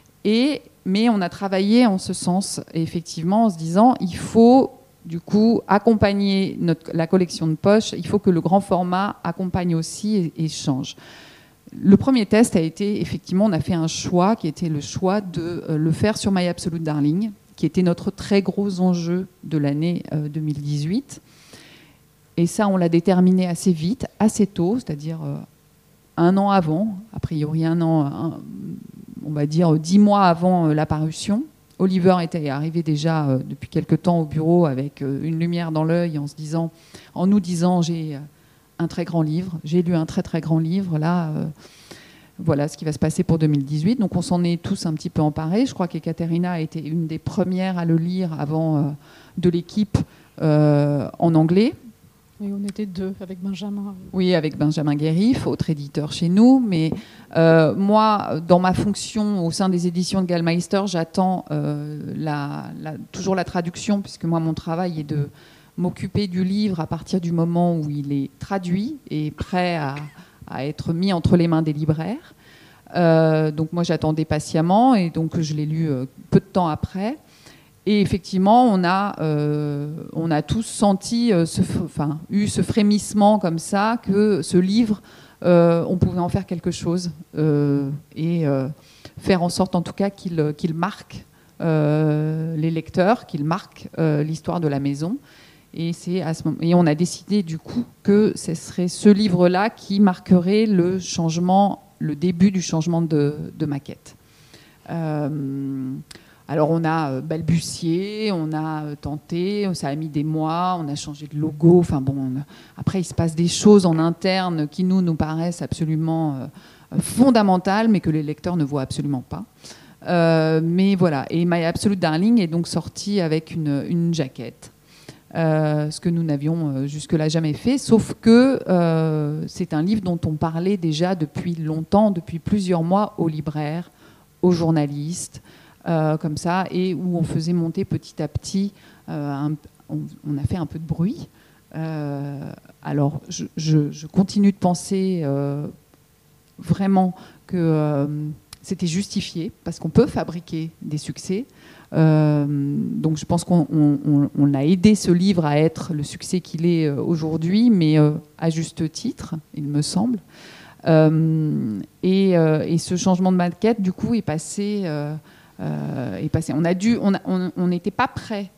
[SPEAKER 3] Mais on a travaillé en ce sens, effectivement, en se disant il faut du coup accompagner la collection de poche, il faut que le grand format accompagne aussi et change. Le premier test a été, effectivement, on a fait un choix qui était le choix de le faire sur My Absolute Darling, qui était notre très gros enjeu de l'année 2018. Et ça, on l'a déterminé assez vite, assez tôt, c'est-à-dire 1 an avant, a priori 1 an, on va dire 10 mois avant la parution. Oliver était arrivé déjà depuis quelque temps au bureau avec une lumière dans l'œil en nous disant j'ai un très grand livre, j'ai lu un très très grand livre, là voilà ce qui va se passer pour 2018. Donc on s'en est tous un petit peu emparés. Je crois qu'Ekaterina a été une des premières à le lire avant de l'équipe en anglais.
[SPEAKER 2] Oui, on était 2 avec Benjamin.
[SPEAKER 3] Oui, avec Benjamin Guérif, autre éditeur chez nous. Mais moi, dans ma fonction au sein des éditions de Gallmeister, j'attends toujours la traduction, puisque moi, mon travail est de m'occuper du livre à partir du moment où il est traduit et prêt à être mis entre les mains des libraires. Donc moi, j'attendais patiemment et donc je l'ai lu peu de temps après. Et effectivement, on a tous senti, eu ce frémissement comme ça, que ce livre, on pouvait en faire quelque chose et faire en sorte, en tout cas, qu'il marque les lecteurs, qu'il marque l'histoire de la maison. Et on a décidé du coup que ce serait ce livre-là qui marquerait le début du changement de maquette. Alors on a balbutié, on a tenté, ça a mis des mois, on a changé de logo. Enfin bon, après il se passe des choses en interne qui nous paraissent absolument fondamentales, mais que les lecteurs ne voient absolument pas. Mais voilà. Et My Absolute Darling est donc sorti avec une jaquette, ce que nous n'avions jusque-là jamais fait. Sauf que c'est un livre dont on parlait déjà depuis longtemps, depuis plusieurs mois, aux libraires, aux journalistes. Comme ça, et où on faisait monter petit à petit, on a fait un peu de bruit. Alors, je continue de penser vraiment que c'était justifié, parce qu'on peut fabriquer des succès. Donc je pense qu'on a aidé ce livre à être le succès qu'il est aujourd'hui, mais à juste titre, il me semble. Et ce changement de maquette, du coup, est passé... On n'était pas prêt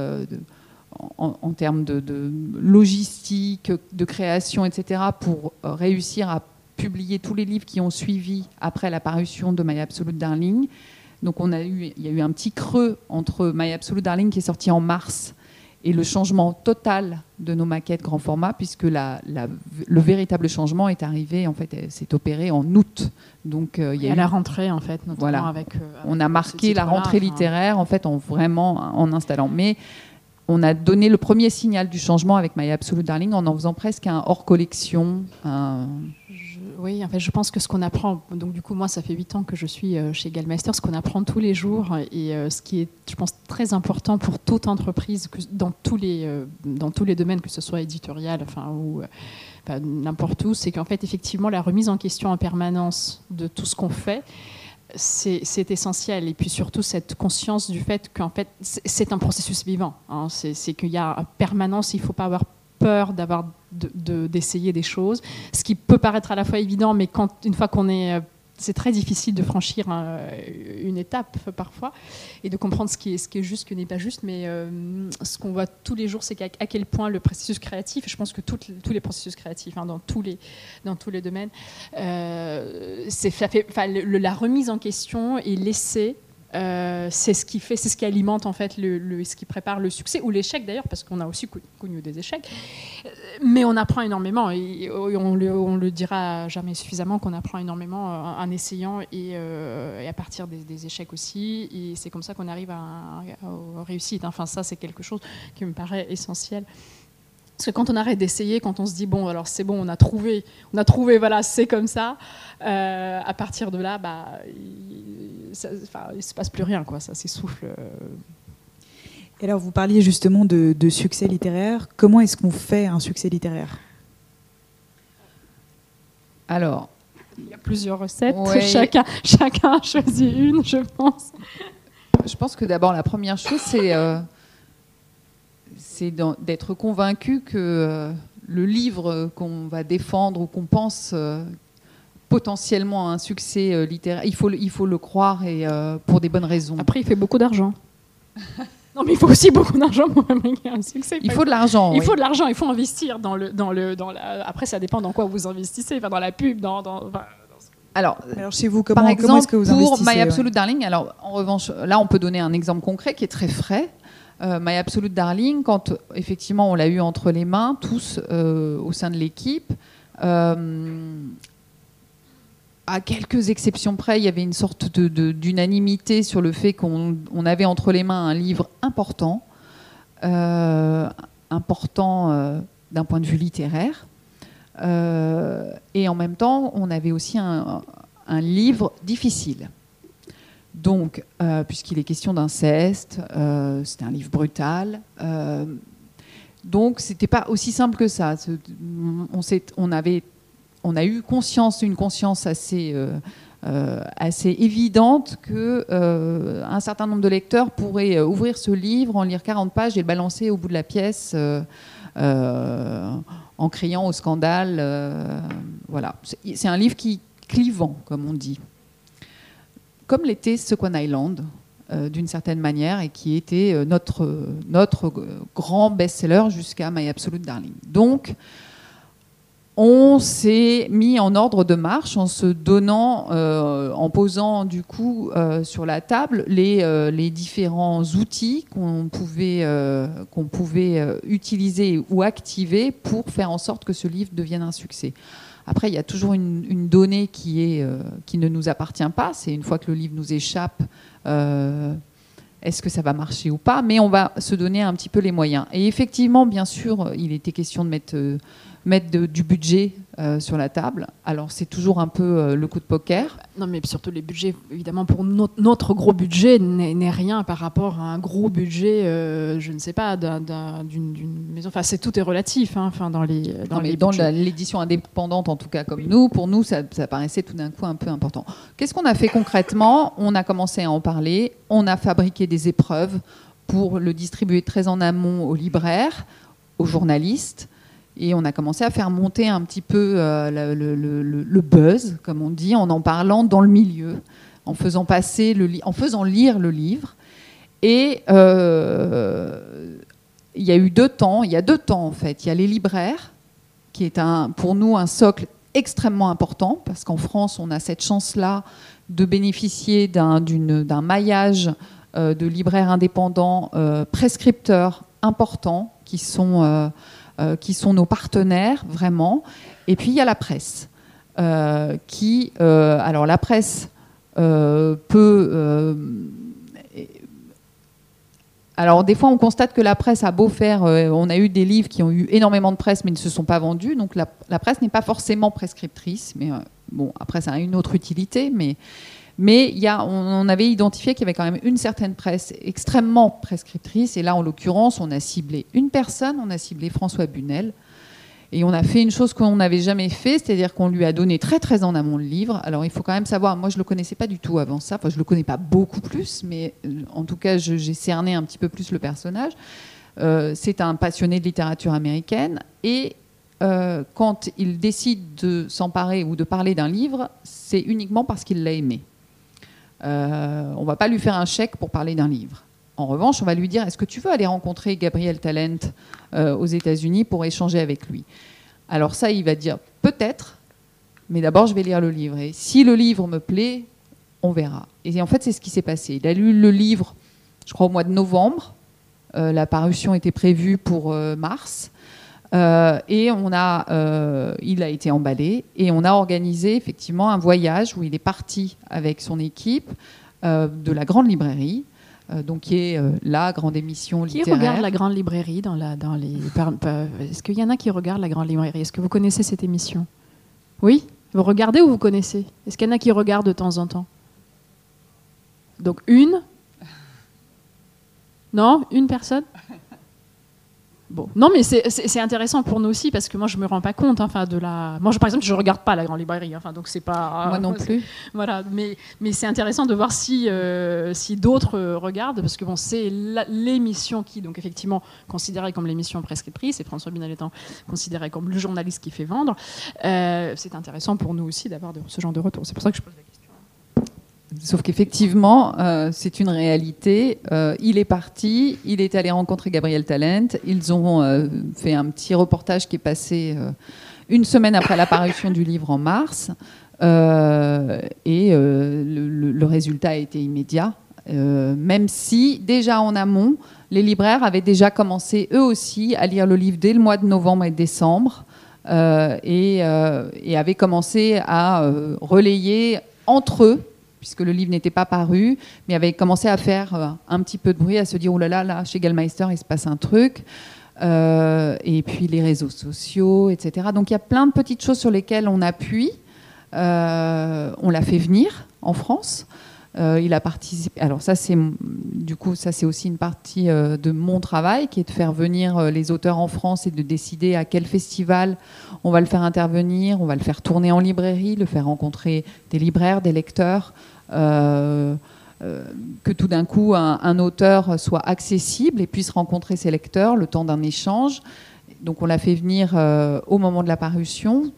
[SPEAKER 3] en termes de logistique, de création, etc., pour réussir à publier tous les livres qui ont suivi après la parution de My Absolute Darling. Donc il y a eu un petit creux entre My Absolute Darling qui est sorti en mars et le changement total de nos maquettes grand format, puisque le véritable changement est arrivé, en fait, s'est opéré en août. Donc il y a eu
[SPEAKER 2] la rentrée, en fait, notamment
[SPEAKER 3] voilà.
[SPEAKER 2] avec
[SPEAKER 3] on a marqué la rentrée littéraire, en fait, en installant. Mais on a donné le premier signal du changement avec My Absolute Darling en faisant presque un hors collection.
[SPEAKER 2] Oui, en fait, je pense que ce qu'on apprend, donc du coup, moi, ça fait 8 ans que je suis chez Gallmeister, ce qu'on apprend tous les jours et ce qui est, je pense, très important pour toute entreprise, dans tous les domaines, que ce soit éditorial, ou n'importe où, c'est qu'en fait, effectivement, la remise en question en permanence de tout ce qu'on fait, c'est essentiel. Et puis surtout, cette conscience du fait qu'en fait, c'est un processus vivant. Hein. C'est qu'il y a en permanence, il ne faut pas avoir peur d'essayer des choses, ce qui peut paraître à la fois évident, mais une fois qu'on est... c'est très difficile de franchir une étape parfois et de comprendre ce qui est juste, ce qui n'est pas juste, mais ce qu'on voit tous les jours, c'est à quel point le processus créatif, je pense que tous les processus créatifs, dans tous les domaines, la remise en question et l'essai, c'est ce qui alimente en fait ce qui prépare le succès ou l'échec d'ailleurs, parce qu'on a aussi connu des échecs, mais on apprend énormément et on le dira jamais suffisamment qu'on apprend énormément en essayant et à partir des échecs aussi, et c'est comme ça qu'on arrive aux réussites. Enfin, ça, c'est quelque chose qui me paraît essentiel. Parce que quand on arrête d'essayer, quand on se dit bon, alors c'est bon, on a trouvé, voilà, c'est comme ça. À partir de là, il se passe plus rien, quoi. Ça s'essouffle.
[SPEAKER 1] Et alors, vous parliez justement de succès littéraire. Comment est-ce qu'on fait un succès littéraire ?
[SPEAKER 3] Alors,
[SPEAKER 2] il y a plusieurs recettes.
[SPEAKER 3] Ouais.
[SPEAKER 2] Chacun a choisi une, je pense.
[SPEAKER 3] Je pense que d'abord, la première chose, c'est d'être convaincu que le livre qu'on va défendre ou qu'on pense potentiellement à un succès littéraire, il faut le croire, et pour des bonnes raisons.
[SPEAKER 2] Après, il fait beaucoup d'argent. Non, mais il faut aussi beaucoup d'argent pour fabriquer un succès.
[SPEAKER 3] Il faut de l'argent.
[SPEAKER 2] Il faut de l'argent, il faut investir Après, ça dépend dans quoi vous investissez, dans la pub,
[SPEAKER 3] Alors,
[SPEAKER 1] chez vous,
[SPEAKER 3] par exemple,
[SPEAKER 1] comment est-ce que vous investissez,
[SPEAKER 3] pour My Absolute Darling, alors en revanche, là, on peut donner un exemple concret qui est très frais. My Absolute Darling, quand effectivement on l'a eu entre les mains, tous au sein de l'équipe, à quelques exceptions près, il y avait une sorte d'unanimité sur le fait qu'on avait entre les mains un livre important, d'un point de vue littéraire, et en même temps, on avait aussi un livre difficile. Donc, puisqu'il est question d'inceste, c'était un livre brutal. Donc, c'était pas aussi simple que ça. On a eu une conscience assez évidente que un certain nombre de lecteurs pourraient ouvrir ce livre, en lire 40 pages et le balancer au bout de la pièce en criant au scandale. Voilà. C'est un livre qui clivant, comme on dit. Comme l'était Second Island, d'une certaine manière, et qui était notre grand best-seller jusqu'à My Absolute Darling. Donc, on s'est mis en ordre de marche en se donnant, en posant du coup sur la table les différents outils qu'on pouvait utiliser ou activer pour faire en sorte que ce livre devienne un succès. Après, il y a toujours une donnée qui ne nous appartient pas. C'est une fois que le livre nous échappe, est-ce que ça va marcher ou pas ? Mais on va se donner un petit peu les moyens. Et effectivement, bien sûr, il était question de mettre du budget sur la table. Alors, c'est toujours un peu le coup de poker.
[SPEAKER 2] Non, mais surtout les budgets, évidemment, pour notre gros budget n'est rien par rapport à un gros budget, je ne sais pas, d'une maison. Enfin, tout est relatif, hein, dans
[SPEAKER 3] l'édition indépendante, en tout cas, comme nous, pour nous, ça paraissait tout d'un coup un peu important. Qu'est-ce qu'on a fait concrètement ? On a commencé à en parler. On a fabriqué des épreuves pour le distribuer très en amont aux libraires, aux journalistes. Et on a commencé à faire monter un petit peu le buzz, comme on dit, en parlant dans le milieu, en faisant lire le livre. Et il y a eu deux temps. Il y a deux temps, en fait. Il y a les libraires, qui est pour nous un socle extrêmement important, parce qu'en France, on a cette chance-là de bénéficier d'un maillage de libraires indépendants prescripteurs importants qui sont nos partenaires vraiment. Et puis il y a la presse alors la presse peut alors des fois on constate que la presse a beau faire, on a eu des livres qui ont eu énormément de presse mais ne se sont pas vendus, donc la presse n'est pas forcément prescriptrice, mais bon après ça a une autre utilité, mais on avait identifié qu'il y avait quand même une certaine presse extrêmement prescriptrice, et là en l'occurrence on a ciblé une personne, on a ciblé François Bunel. Et on a fait une chose qu'on n'avait jamais fait, c'est-à-dire qu'on lui a donné très très en amont le livre. Alors il faut quand même savoir, moi je ne le connaissais pas du tout avant ça, enfin je ne le connais pas beaucoup plus, mais en tout cas j'ai cerné un petit peu plus le personnage. C'est un passionné de littérature américaine, et quand il décide de s'emparer ou de parler d'un livre, c'est uniquement parce qu'il l'a aimé. On ne va pas lui faire un chèque pour parler d'un livre. En revanche, on va lui dire, est-ce que tu veux aller rencontrer Gabriel Talent aux États-Unis pour échanger avec lui? Alors ça, il va dire, peut-être, mais d'abord, je vais lire le livre. Et si le livre me plaît, on verra. Et en fait, c'est ce qui s'est passé. Il a lu le livre, je crois, au mois de novembre. La parution était prévue pour mars. Et il a été emballé. Et on a organisé, effectivement, un voyage où il est parti avec son équipe de la Grande Librairie, donc qui est la grande émission littéraire.
[SPEAKER 2] Qui regarde la Grande Librairie Est-ce qu'il y en a qui regardent la Grande Librairie? Est-ce que vous connaissez cette émission? Oui? Vous regardez ou vous connaissez? Est-ce qu'il y en a qui regardent de temps en temps? Donc une? Non? Une personne? Bon. Non, mais c'est intéressant pour nous aussi, parce que moi, je ne me rends pas compte. Moi, par exemple, je ne regarde pas la Grande Librairie. Donc c'est pas...
[SPEAKER 3] Moi non plus.
[SPEAKER 2] Voilà. Mais c'est intéressant de voir si d'autres regardent, parce que bon, c'est l'émission qui, donc effectivement, considérée comme l'émission prescriptrice, et François Bunel étant considéré comme le journaliste qui fait vendre. C'est intéressant pour nous aussi d'avoir ce genre de retour. C'est pour ça que je pose la question.
[SPEAKER 3] Sauf qu'effectivement, c'est une réalité. Il est parti, il est allé rencontrer Gabriel Talent. Ils ont fait un petit reportage qui est passé une semaine après la parution du livre en mars. Et le résultat a été immédiat. Même si, déjà en amont, les libraires avaient déjà commencé, eux aussi, à lire le livre dès le mois de novembre et décembre. Et avaient commencé à relayer entre eux, puisque le livre n'était pas paru, mais avait commencé à faire un petit peu de bruit, à se dire « Oh là là, là, chez Gallmeister, il se passe un truc ». Et puis les réseaux sociaux, etc. Donc il y a plein de petites choses sur lesquelles on appuie. On l'a fait venir en France. Il a participé. Alors ça, c'est aussi une partie de mon travail, qui est de faire venir les auteurs en France et de décider à quel festival on va le faire intervenir, on va le faire tourner en librairie, le faire rencontrer des libraires, des lecteurs, que tout d'un coup un auteur soit accessible et puisse rencontrer ses lecteurs le temps d'un échange. Donc on l'a fait venir au moment de la parution,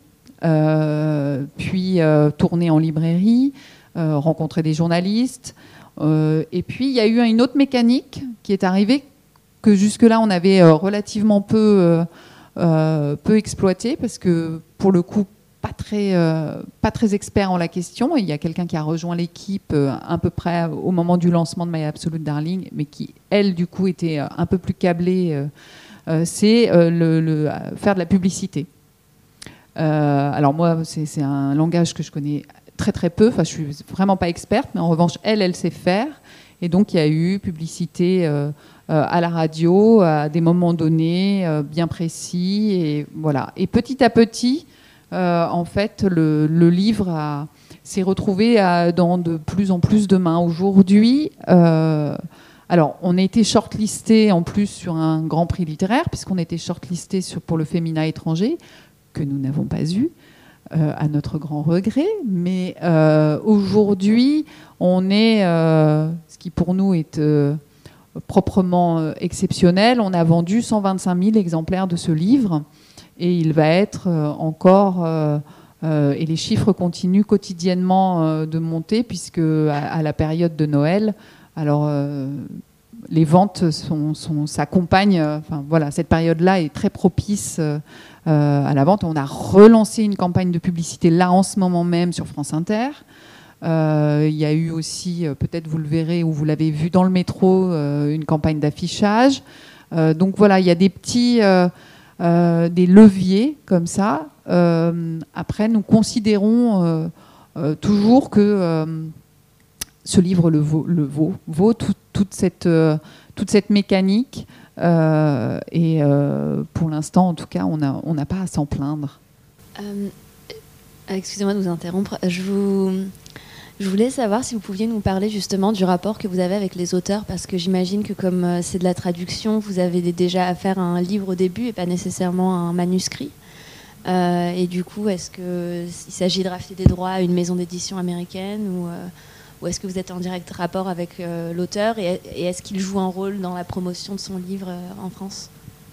[SPEAKER 3] puis tourner en librairie, rencontrer des journalistes. Et puis, il y a eu une autre mécanique qui est arrivée, que jusque-là, on avait relativement peu exploité, parce que, pour le coup, pas très expert en la question. Et il y a quelqu'un qui a rejoint l'équipe à peu près au moment du lancement de My Absolute Darling, mais qui, elle, du coup, était un peu plus câblée. C'est faire de la publicité. Alors moi, c'est un langage que je connais très très peu, je suis vraiment pas experte, mais en revanche elle sait faire, et donc il y a eu publicité à la radio à des moments donnés bien précis, et voilà. Et petit à petit, en fait, le livre s'est retrouvé dans de plus en plus de mains. Aujourd'hui, alors on a été shortlisté en plus sur un grand prix littéraire, puisqu'on était shortlisté pour le Féminin étranger, que nous n'avons pas eu, à notre grand regret. Mais aujourd'hui, on est, ce qui pour nous est proprement exceptionnel, on a vendu 125 000 exemplaires de ce livre, et il va être encore, et les chiffres continuent quotidiennement de monter, puisque à la période de Noël, alors les ventes s'accompagnent, voilà, cette période-là est très propice à la vente. On a relancé une campagne de publicité là en ce moment même sur France Inter. Il y a eu aussi, peut-être vous le verrez ou vous l'avez vu dans le métro, une campagne d'affichage. Donc voilà, il y a des petits des leviers comme ça. Après, nous considérons toujours que ce livre vaut toute cette mécanique. Et pour l'instant, en tout cas, on n'a pas à s'en plaindre.
[SPEAKER 4] Excusez-moi de vous interrompre. Je voulais savoir si vous pouviez nous parler justement du rapport que vous avez avec les auteurs, parce que j'imagine que comme c'est de la traduction, vous avez déjà affaire à un livre au début et pas nécessairement à un manuscrit. Et du coup, est-ce qu'il s'agit de racheter des droits à une maison d'édition américaine ou est-ce que vous êtes en direct rapport avec l'auteur et est-ce qu'il joue un rôle dans la promotion de son livre en France ?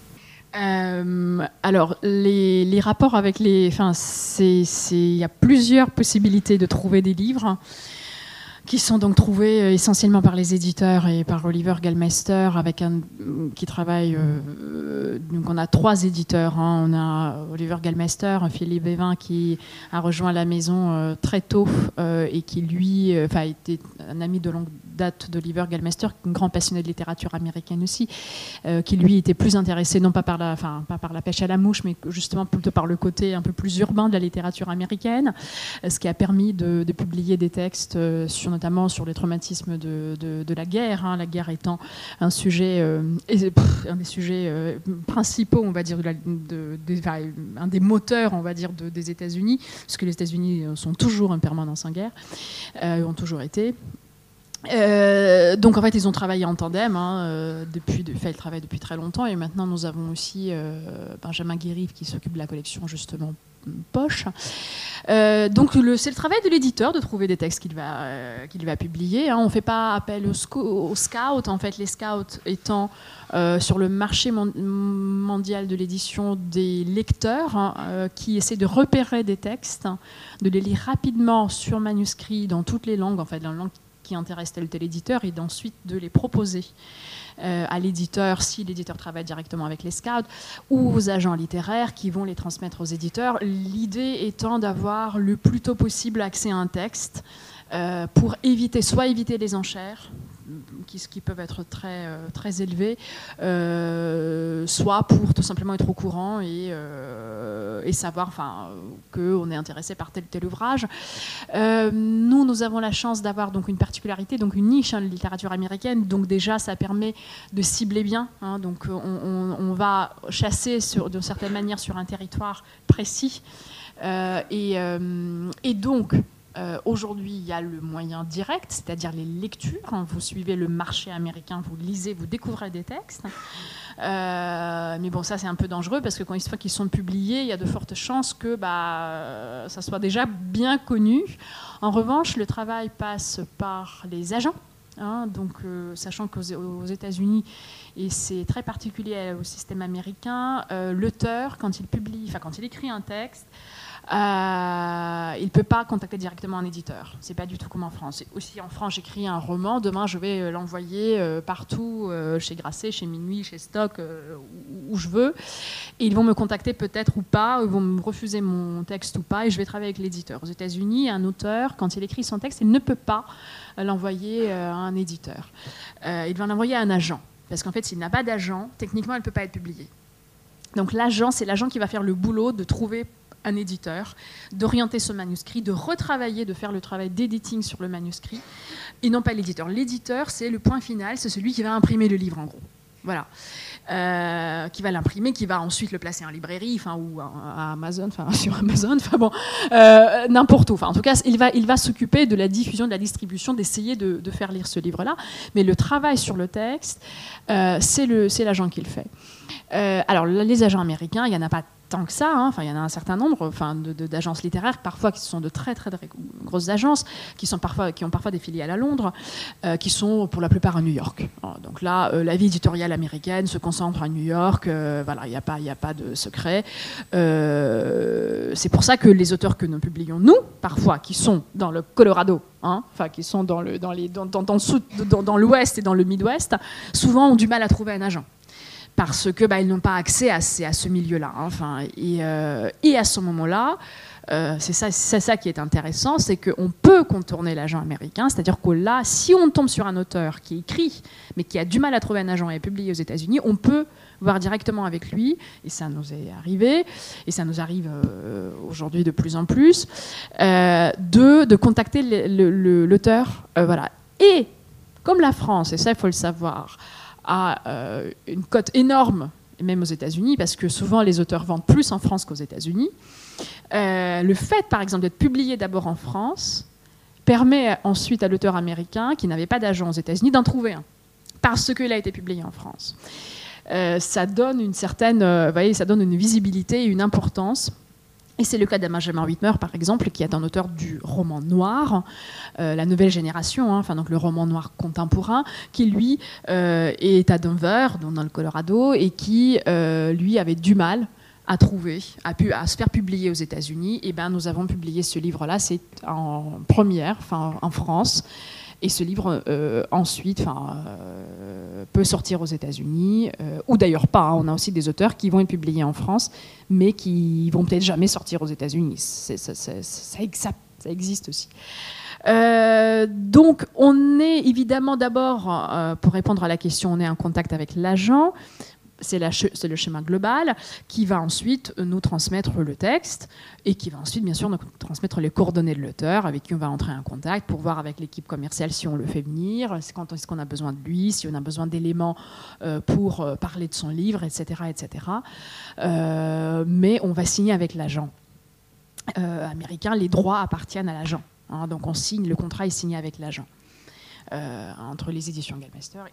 [SPEAKER 2] Alors, les rapports avec il y a plusieurs possibilités de trouver des livres qui sont donc trouvés essentiellement par les éditeurs et par Oliver Gallmeister, qui travaille. Donc, on a 3 éditeurs. On a Oliver Gallmeister, Philippe Bévin, qui a rejoint la maison très tôt et qui, lui, était un ami de longue date d'Oliver Gallmeister, un grand passionné de littérature américaine aussi, qui, lui, était plus intéressé, non pas par la pêche à la mouche, mais justement plutôt par le côté un peu plus urbain de la littérature américaine, ce qui a permis de publier des textes notamment sur les traumatismes de la guerre, la guerre étant un sujet, un des sujets principaux, on va dire, un des moteurs, on va dire, des États-Unis, parce que les États-Unis sont toujours en permanence en guerre, ont toujours été. Donc en fait ils ont travaillé en tandem ils travaillent depuis très longtemps et maintenant nous avons aussi Benjamin Guérive qui s'occupe de la collection justement Poche. Donc c'est le travail de l'éditeur de trouver des textes qu'il va publier. On ne fait pas appel aux scouts. En fait, les scouts étant sur le marché mondial de l'édition des lecteurs qui essaient de repérer des textes, de les lire rapidement sur manuscrit dans toutes les langues, en fait, dans la langue qui intéresse tel ou tel éditeur, et d'ensuite de les proposer à l'éditeur, si l'éditeur travaille directement avec les scouts, ou aux agents littéraires qui vont les transmettre aux éditeurs. L'idée étant d'avoir le plus tôt possible accès à un texte pour éviter les enchères, qui peuvent être très, très élevées, soit pour tout simplement être au courant et savoir qu'on est intéressé par tel ou tel ouvrage. Nous avons la chance d'avoir donc une particularité, donc une niche de littérature américaine, donc déjà ça permet de cibler bien, donc on va chasser d'une certaine manière sur un territoire précis, et donc aujourd'hui, il y a le moyen direct, c'est-à-dire les lectures. Vous suivez le marché américain, vous lisez, vous découvrez des textes. Mais bon, ça, c'est un peu dangereux parce que quand une fois qu'ils sont publiés, il y a de fortes chances que ça soit déjà bien connu. En revanche, le travail passe par les agents. Donc, sachant qu'aux États-Unis, et c'est très particulier au système américain, l'auteur, quand il écrit un texte, il ne peut pas contacter directement un éditeur. C'est pas du tout comme en France. Aussi en France, j'écris un roman, demain je vais l'envoyer partout, chez Grasset, chez Minuit, chez Stock, où je veux. Et ils vont me contacter peut-être ou pas, ils vont me refuser mon texte ou pas, et je vais travailler avec l'éditeur. Aux États-Unis, un auteur, quand il écrit son texte, il ne peut pas l'envoyer à un éditeur. Il va l'envoyer à un agent. Parce qu'en fait, s'il n'a pas d'agent, techniquement, elle ne peut pas être publiée. Donc l'agent, c'est l'agent qui va faire le boulot de trouver un éditeur, d'orienter ce manuscrit, de retravailler, de faire le travail d'editing sur le manuscrit, et non pas l'éditeur. L'éditeur, c'est le point final, c'est celui qui va imprimer le livre, en gros. Voilà. Qui va l'imprimer, qui va ensuite le placer en librairie, ou à Amazon, sur Amazon, n'importe où. En tout cas, il va s'occuper de la diffusion, de la distribution, d'essayer de faire lire ce livre-là. Mais le travail sur le texte, c'est l'agent qui le fait. Alors, les agents américains, il n'y en a pas tant que ça, il y en a un certain nombre d'agences littéraires, parfois qui sont de très très, très grosses agences, qui ont parfois des filiales à Londres, qui sont pour la plupart à New York. Donc là, la vie éditoriale américaine se concentre à New York, il n'y a pas de secret. C'est pour ça que les auteurs que nous publions, nous, parfois, qui sont dans le Colorado, qui sont dans l'Ouest et dans le Midwest, souvent ont du mal à trouver un agent. Parce que ils n'ont pas accès à ce milieu-là. Et à ce moment-là, c'est ça qui est intéressant, c'est qu'on peut contourner l'agent américain, c'est-à-dire que là, si on tombe sur un auteur qui écrit, mais qui a du mal à trouver un agent et à publier aux États-Unis, on peut voir directement avec lui, et ça nous est arrivé, et ça nous arrive aujourd'hui de plus en plus, de contacter l'auteur. Voilà. Et comme la France, et ça il faut le savoir, a une cote énorme, et même aux États-Unis, parce que souvent les auteurs vendent plus en France qu'aux États-Unis, le fait par exemple d'être publié d'abord en France permet ensuite à l'auteur américain qui n'avait pas d'agent aux États-Unis d'en trouver un, parce qu'il a été publié en France. Ça donne une certaine, ça donne une visibilité et une importance. Et c'est le cas d'Benjamin Whitmer, par exemple, qui est un auteur du roman noir, la nouvelle génération, donc le roman noir contemporain, qui lui est à Denver, dans le Colorado, et qui lui avait du mal à trouver, à se faire publier aux États-Unis. Et ben, nous avons publié ce livre-là, c'est en première, en France. Et ce livre, ensuite, peut sortir aux États-Unis, ou d'ailleurs pas. On a aussi des auteurs qui vont être publiés en France, mais qui vont peut-être jamais sortir aux États-Unis. Ça existe aussi. Donc, on est évidemment d'abord, pour répondre à la question, on est en contact avec l'agent. C'est le schéma global qui va ensuite nous transmettre le texte et qui va ensuite, bien sûr, nous transmettre les coordonnées de l'auteur avec qui on va entrer en contact pour voir avec l'équipe commerciale si on le fait venir, quand est-ce qu'on a besoin de lui, si on a besoin d'éléments pour parler de son livre, etc. etc. Mais on va signer avec l'agent américain. Les droits appartiennent à l'agent. Donc on signe, le contrat est signé avec l'agent entre les éditions Gallmeister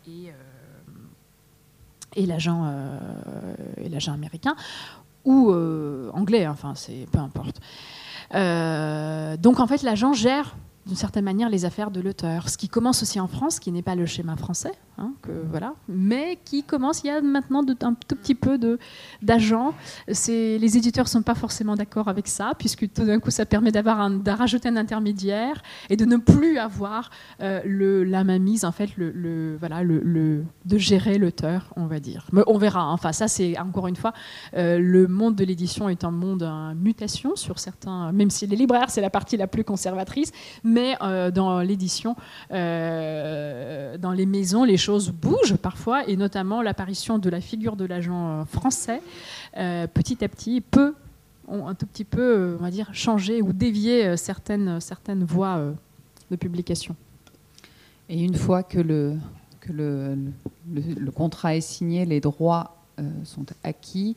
[SPEAKER 2] et l'agent américain ou anglais, c'est peu importe. Donc en fait, l'agent gère d'une certaine manière les affaires de l'auteur, ce qui commence aussi en France, qui n'est pas le schéma français, mais qui commence, il y a maintenant un tout petit peu d'agents. Les éditeurs ne sont pas forcément d'accord avec ça, puisque tout d'un coup ça permet de rajouter un intermédiaire et de ne plus avoir la mainmise, en fait, de gérer l'auteur, on va dire. Mais on verra, ça c'est encore une fois, le monde de l'édition est un monde en mutation sur certains, même si les libraires c'est la partie la plus conservatrice, mais dans l'édition, dans les maisons, les choses bougent parfois, et notamment l'apparition de la figure de l'agent français, petit à petit, ont un tout petit peu, on va dire, changé ou dévié certaines voies de publication.
[SPEAKER 3] Et une fois que le contrat est signé, les droits sont acquis,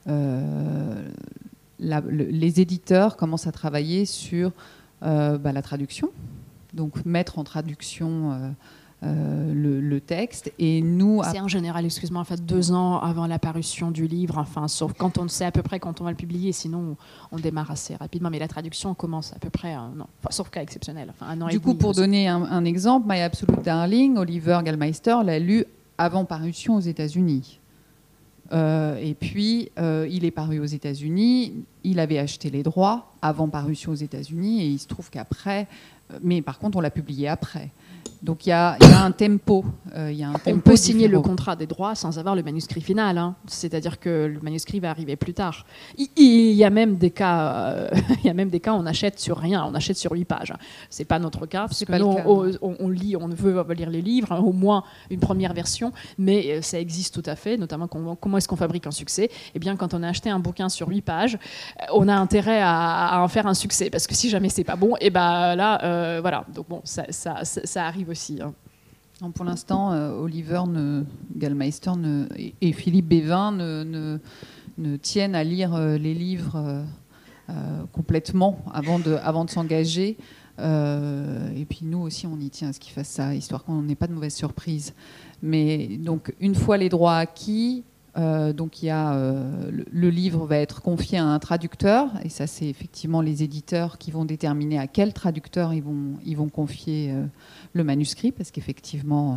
[SPEAKER 3] les éditeurs commencent à travailler sur la traduction, donc mettre en traduction le texte, et nous...
[SPEAKER 2] C'est en général, excuse-moi, 2 ans avant l'apparition du livre, sauf quand on sait à peu près quand on va le publier, sinon on démarre assez rapidement, mais la traduction commence à peu près, sauf cas exceptionnel, 1 an et demi.
[SPEAKER 3] Du coup, pour donner un exemple, My Absolute Darling, Oliver Gallmeister l'a lu avant parution aux États-Unis. Et puis, il est paru aux États-Unis, il avait acheté les droits avant parution aux États-Unis, et il se trouve qu'après... Mais par contre, on l'a publié après. Donc il y a un tempo.
[SPEAKER 2] On peut signer le contrat des droits sans avoir le manuscrit final. C'est-à-dire que le manuscrit va arriver plus tard. Il y a même des cas, où on achète sur rien, on achète sur 8 pages. C'est pas notre cas, parce que nous, on lit, on veut lire les livres, au moins une première version, mais ça existe tout à fait, notamment comment est-ce qu'on fabrique un succès. Eh bien, quand on a acheté un bouquin sur 8 pages, on a intérêt à en faire un succès, parce que si jamais c'est pas bon, et là, voilà. Donc bon, ça arrive aussi.
[SPEAKER 3] Non, pour l'instant, Oliver Gallmeister et Philippe Bévin ne tiennent à lire les livres complètement avant de s'engager. Et puis nous aussi, on y tient à ce qu'ils fassent ça, histoire qu'on n'ait pas de mauvaises surprises. Mais donc, une fois les droits acquis, donc il y a, le livre va être confié à un traducteur, et ça c'est effectivement les éditeurs qui vont déterminer à quel traducteur ils vont confier le manuscrit, parce qu'effectivement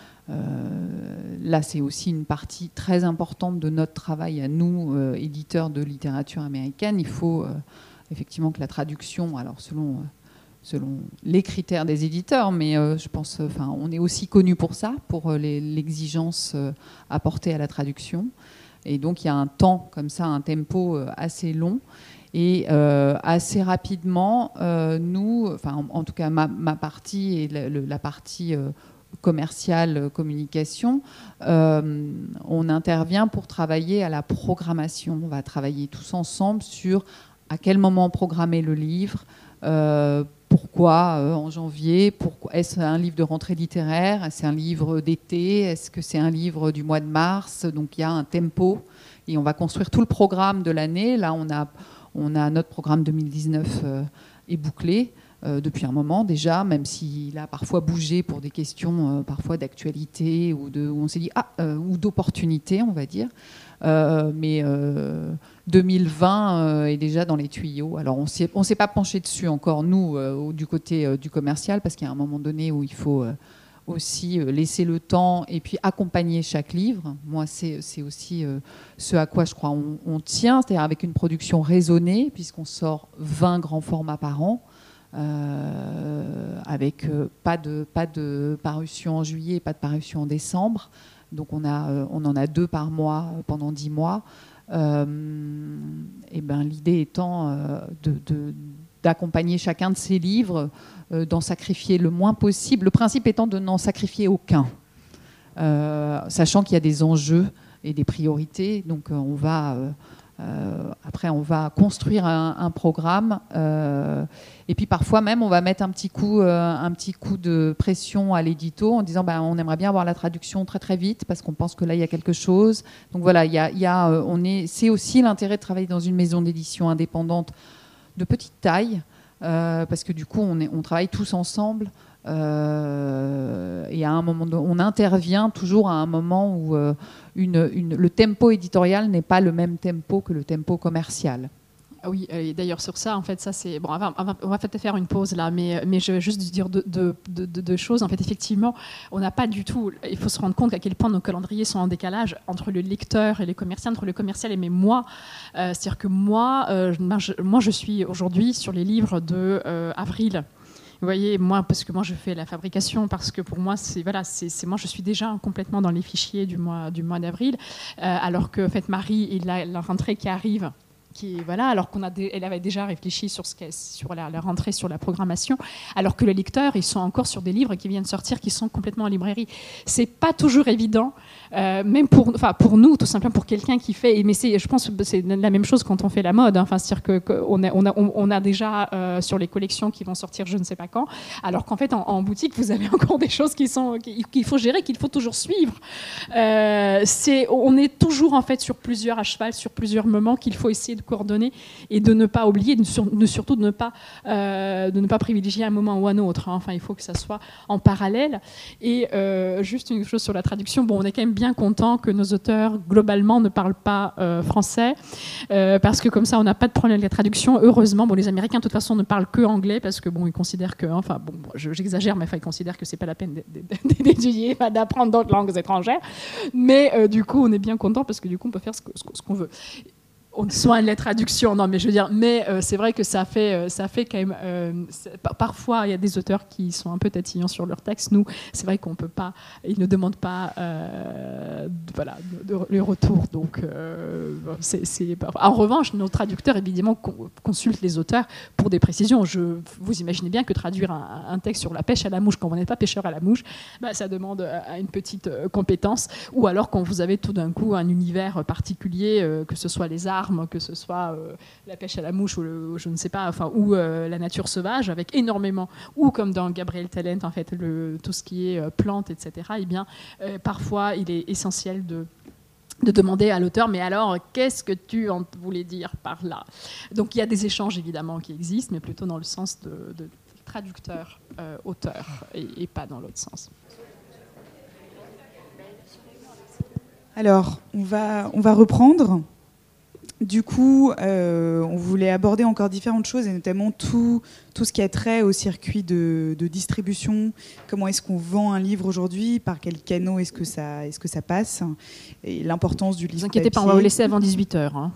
[SPEAKER 3] là c'est aussi une partie très importante de notre travail à nous, éditeurs de littérature américaine. Il faut effectivement que la traduction, alors selon les critères des éditeurs, mais je pense, on est aussi connu pour ça, pour l'exigence apportée à la traduction. Et donc il y a un temps comme ça, un tempo assez long. Et assez rapidement, nous, enfin en tout cas ma partie et la partie commerciale, communication, on intervient pour travailler à la programmation. On va travailler tous ensemble sur à quel moment programmer le livre, pourquoi en janvier, est-ce un livre de rentrée littéraire, est-ce un livre d'été, est-ce que c'est un livre du mois de mars. Donc il y a un tempo et on va construire tout le programme de l'année. Là, on a notre programme 2019 est bouclé depuis un moment déjà, même s'il a parfois bougé pour des questions parfois d'actualité ou où on s'est dit ou d'opportunité, on va dire. Mais 2020 est déjà dans les tuyaux. Alors on s'est pas penché dessus encore nous du côté du commercial, parce qu'il y a un moment donné où il faut aussi laisser le temps et puis accompagner chaque livre. Moi, c'est aussi ce à quoi je crois on tient, c'est-à-dire avec une production raisonnée, puisqu'on sort 20 grands formats par an, avec pas de parution en juillet et pas de parution en décembre. Donc on en a 2 par mois pendant 10 mois. Et l'idée étant d'accompagner chacun de ces livres, d'en sacrifier le moins possible. Le principe étant de n'en sacrifier aucun, sachant qu'il y a des enjeux et des priorités. Donc après, on va construire un programme. Et puis parfois même, on va mettre un petit coup de pression à l'édito en disant on aimerait bien avoir la traduction très très vite parce qu'on pense que là, il y a quelque chose. Donc voilà, c'est aussi l'intérêt de travailler dans une maison d'édition indépendante de petite taille, parce que du coup, on travaille tous ensemble. Et à un moment, on intervient toujours à un moment où le tempo éditorial n'est pas le même tempo que le tempo commercial.
[SPEAKER 2] Oui, et d'ailleurs sur ça, en fait, ça c'est bon. On va peut-être faire une pause là, mais je vais juste dire deux choses. En fait, effectivement, on n'a pas du tout. Il faut se rendre compte à quel point nos calendriers sont en décalage entre le lecteur et les commerciaux, entre le commercial et moi. C'est-à-dire que moi, je suis aujourd'hui sur les livres de avril. Vous voyez, parce que moi je fais la fabrication, parce que pour moi moi je suis déjà complètement dans les fichiers du mois d'avril, alors que en fait Marie, la rentrée qui arrive. Alors elle avait déjà réfléchi sur la rentrée, sur la programmation, alors que les lecteurs, ils sont encore sur des livres qui viennent sortir, qui sont complètement en librairie. C'est pas toujours évident, même pour nous, tout simplement pour quelqu'un qui fait. Mais je pense que c'est la même chose quand on fait la mode. Hein. Enfin, c'est-à-dire qu'on a déjà sur les collections qui vont sortir, je ne sais pas quand, alors qu'en fait en boutique, vous avez encore des choses qu'il faut gérer, qu'il faut toujours suivre. On est toujours en fait sur plusieurs à cheval, sur plusieurs moments qu'il faut essayer de coordonner et de ne pas oublier, surtout de ne pas privilégier un moment ou un autre. Hein. Enfin, il faut que ça soit en parallèle. Et juste une chose sur la traduction. Bon, on est quand même bien content que nos auteurs globalement ne parlent pas français, parce que comme ça, on n'a pas de problème avec la traduction. Heureusement, les Américains de toute façon ne parlent que anglais parce que ils considèrent que, j'exagère, mais ils considèrent que c'est pas la peine d'étudier, d'apprendre d'autres langues étrangères. Mais du coup, on est bien content parce que du coup, on peut faire ce qu'on veut. On soigne les traductions, non, mais je veux dire, c'est vrai que ça fait quand même. Parfois, il y a des auteurs qui sont un peu tatillons sur leur texte. Nous, c'est vrai qu'on peut pas, ils ne demandent pas, le retour. Donc, en revanche, nos traducteurs évidemment consultent les auteurs pour des précisions. Vous imaginez bien que traduire un texte sur la pêche à la mouche quand vous n'êtes pas pêcheur à la mouche, ça demande une petite compétence. Ou alors quand vous avez tout d'un coup un univers particulier, que ce soit les arts, que ce soit la pêche à la mouche ou je ne sais pas, ou la nature sauvage, avec énormément, ou comme dans Gabriel Talent, en fait, tout ce qui est plantes, etc. Eh bien, parfois, il est essentiel de demander à l'auteur, mais alors, qu'est-ce que tu en voulais dire par là? Donc, il y a des échanges, évidemment, qui existent, mais plutôt dans le sens de traducteur-auteur, et pas dans l'autre sens.
[SPEAKER 1] Alors, on va reprendre. Du coup, on voulait aborder encore différentes choses, et notamment tout ce qui a trait au circuit de distribution. Comment est-ce qu'on vend un livre aujourd'hui? Par quel canal est-ce que ça passe? Et l'importance du livre.
[SPEAKER 2] Ne vous inquiétez pas, on va vous laisser avant 18h. Hein.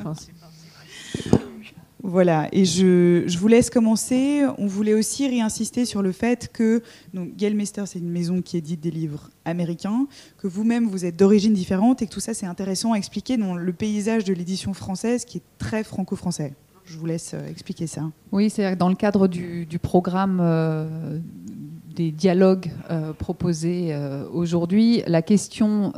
[SPEAKER 1] Voilà, et je vous laisse commencer. On voulait aussi réinsister sur le fait que Gale Mester, c'est une maison qui édite des livres américains, que vous-même, vous êtes d'origine différente, et que tout ça, c'est intéressant à expliquer dans le paysage de l'édition française qui est très franco-français. Je vous laisse expliquer ça.
[SPEAKER 3] Oui, c'est dans le cadre du programme des dialogues proposés aujourd'hui, la question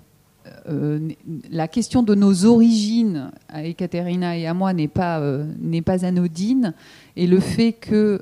[SPEAKER 3] de nos origines à Ekaterina et à moi n'est pas anodine, et le fait que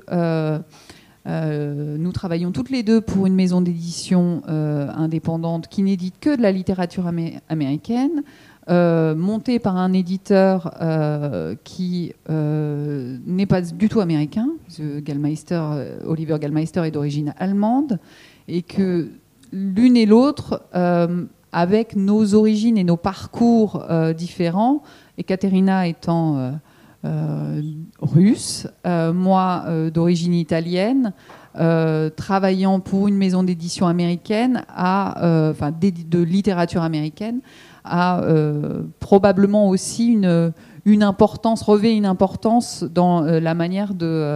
[SPEAKER 3] nous travaillons toutes les deux pour une maison d'édition indépendante qui n'édite que de la littérature américaine, montée par un éditeur qui n'est pas du tout américain. Oliver Gallmeister est d'origine allemande, et que l'une et l'autre, avec nos origines et nos parcours différents, Ekaterina étant russe, moi d'origine italienne, travaillant pour une maison d'édition américaine, de littérature américaine, a probablement aussi une importance, revêt une importance dans la manière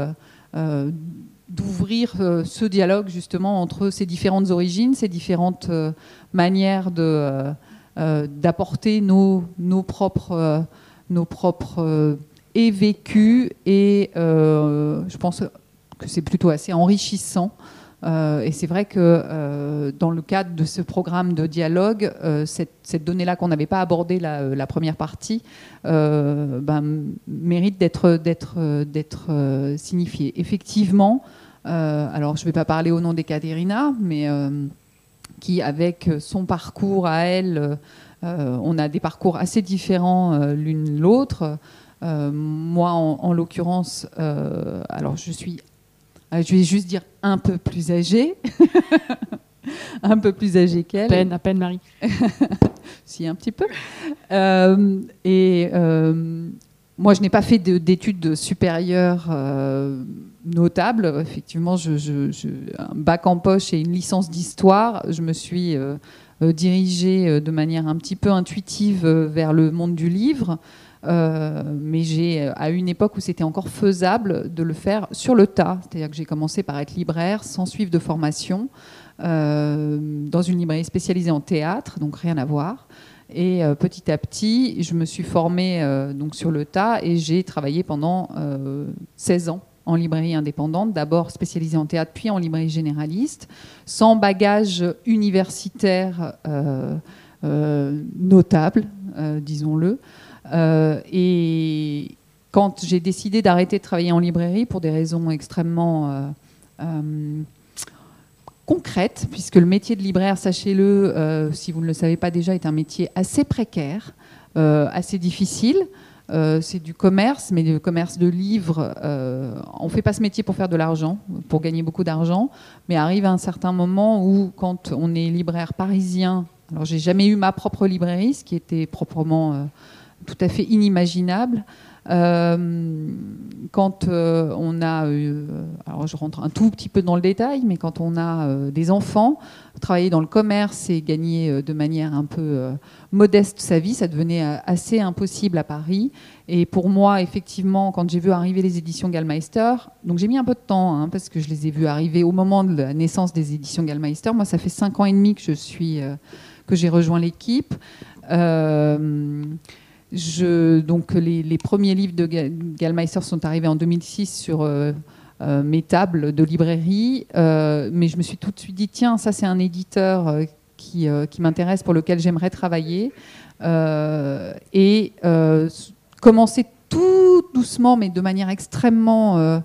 [SPEAKER 3] d'ouvrir ce dialogue justement entre ces différentes origines, ces différentes manières d'apporter nos propres et vécu, et je pense que c'est plutôt assez enrichissant. Et c'est vrai que dans le cadre de ce programme de dialogue, cette donnée-là qu'on n'avait pas abordée la première partie mérite d'être signifiée. Effectivement, alors je ne vais pas parler au nom d'Ekaterina, mais qui, avec son parcours à elle, on a des parcours assez différents l'une l'autre. Moi, en l'occurrence, alors je vais juste dire un peu plus âgée, un peu plus âgée qu'elle.
[SPEAKER 2] À peine, Marie.
[SPEAKER 3] Si, un petit peu. Moi, je n'ai pas fait d'études supérieures notables. Effectivement, un bac en poche et une licence d'histoire. Je me suis dirigée de manière un petit peu intuitive vers le monde du livre. Mais j'ai, à une époque où c'était encore faisable de le faire sur le tas, c'est-à-dire que j'ai commencé par être libraire sans suivre de formation dans une librairie spécialisée en théâtre, donc rien à voir. Et petit à petit, je me suis formée donc sur le tas, et j'ai travaillé pendant 16 ans en librairie indépendante, d'abord spécialisée en théâtre, puis en librairie généraliste, sans bagage universitaire notable, disons-le. Et quand j'ai décidé d'arrêter de travailler en librairie pour des raisons extrêmement concrètes, puisque le métier de libraire, sachez-le, si vous ne le savez pas déjà, est un métier assez précaire, assez difficile. C'est du commerce, mais du commerce de livres. On ne fait pas ce métier pour faire de l'argent, pour gagner beaucoup d'argent, mais arrive un certain moment où, quand on est libraire parisien, alors j'ai jamais eu ma propre librairie, ce qui était proprement tout à fait inimaginable. Quand on a, alors je rentre un tout petit peu dans le détail, mais quand on a des enfants, travailler dans le commerce et gagner de manière un peu modeste sa vie, ça devenait assez impossible à Paris. Et pour moi, effectivement, quand j'ai vu arriver les éditions Gallmeister, donc j'ai mis un peu de temps, parce que je les ai vues arriver au moment de la naissance des éditions Gallmeister. Moi, ça fait 5 ans et demi que j'ai rejoint l'équipe. Donc les premiers livres de Gallmeister sont arrivés en 2006 sur mes tables de librairie, mais je me suis tout de suite dit, tiens, ça c'est un éditeur qui m'intéresse, pour lequel j'aimerais travailler, et commencer tout doucement, mais de manière extrêmement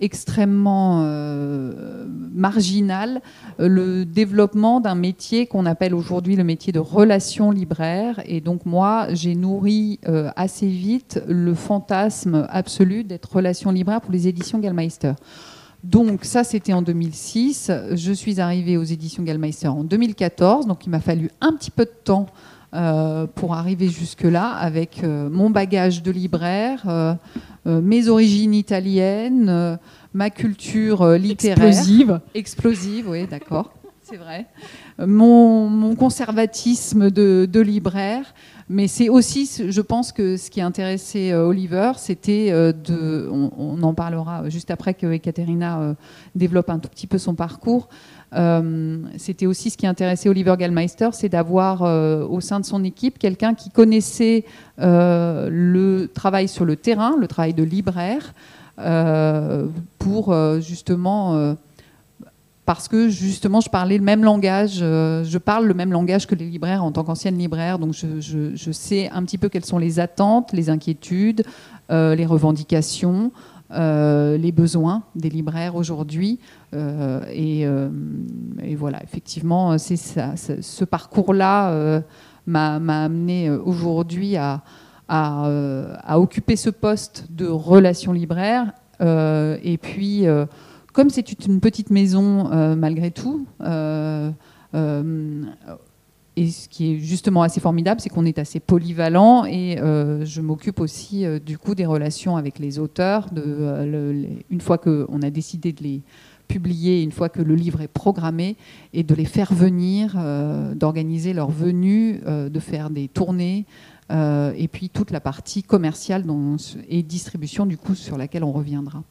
[SPEAKER 3] marginal, le développement d'un métier qu'on appelle aujourd'hui le métier de relation libraire. Et donc moi, j'ai nourri assez vite le fantasme absolu d'être relation libraire pour les éditions Gallmeister. Donc ça, c'était en 2006. Je suis arrivée aux éditions Gallmeister en 2014, donc il m'a fallu un petit peu de temps pour arriver jusque-là, avec mon bagage de libraire, mes origines italiennes, ma culture littéraire. Explosive, oui, d'accord, c'est vrai. Mon conservatisme de libraire. Mais c'est aussi, je pense, que ce qui intéressait Oliver, c'était on en parlera juste après que Ekaterina développe un tout petit peu son parcours, C'était aussi ce qui intéressait Oliver Gallmeister, c'est d'avoir au sein de son équipe quelqu'un qui connaissait le travail sur le terrain, le travail de libraire, pour justement... parce que justement, je parlais le même langage, je parle le même langage que les libraires en tant qu'ancienne libraire, donc je sais un petit peu quelles sont les attentes, les inquiétudes, les revendications, les besoins des libraires aujourd'hui. Et voilà, effectivement, c'est ça, ce parcours-là m'a amené aujourd'hui à occuper ce poste de relation libraire. Et puis... comme c'est une petite maison, malgré tout, et ce qui est justement assez formidable, c'est qu'on est assez polyvalent, et je m'occupe aussi du coup des relations avec les auteurs. Une fois qu'on a décidé de les publier, une fois que le livre est programmé, et de les faire venir, d'organiser leur venue, de faire des tournées, et puis toute la partie commerciale et distribution, du coup, sur laquelle on reviendra.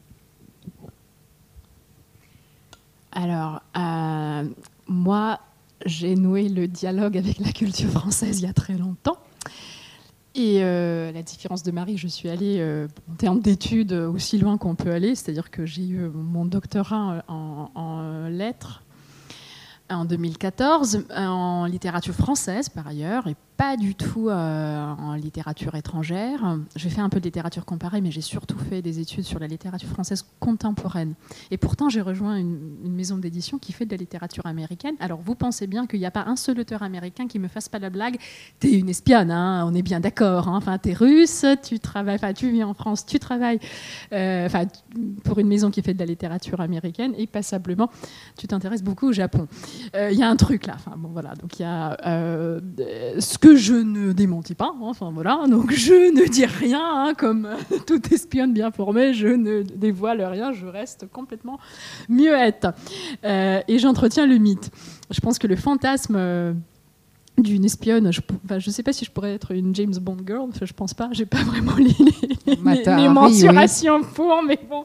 [SPEAKER 2] Alors, moi, j'ai noué le dialogue avec la culture française il y a très longtemps. Et à la différence de Marie, je suis allée, en termes d'études, aussi loin qu'on peut aller. C'est-à-dire que j'ai eu mon doctorat en lettres en 2014, en littérature française par ailleurs, et pas du tout en littérature étrangère. J'ai fait un peu de littérature comparée, mais j'ai surtout fait des études sur la littérature française contemporaine. Et pourtant, j'ai rejoint une maison d'édition qui fait de la littérature américaine. Alors, vous pensez bien qu'il n'y a pas un seul auteur américain qui me fasse pas la blague. T'es une espionne, hein, on est bien d'accord. Hein. Enfin, t'es russe, tu vis en France, tu travailles pour une maison qui fait de la littérature américaine, et passablement, tu t'intéresses beaucoup au Japon. Il y a un truc là. Enfin, bon, voilà. Donc, il y a ce que je ne démentis pas, hein, enfin voilà, donc je ne dis rien, hein, comme toute espionne bien formée, je ne dévoile rien, je reste complètement muette. Et j'entretiens le mythe. Je pense que le fantasme d'une espionne, je ne sais pas si je pourrais être une James Bond girl, enfin, je pense pas, j'ai pas vraiment les mensurations pour, mais bon.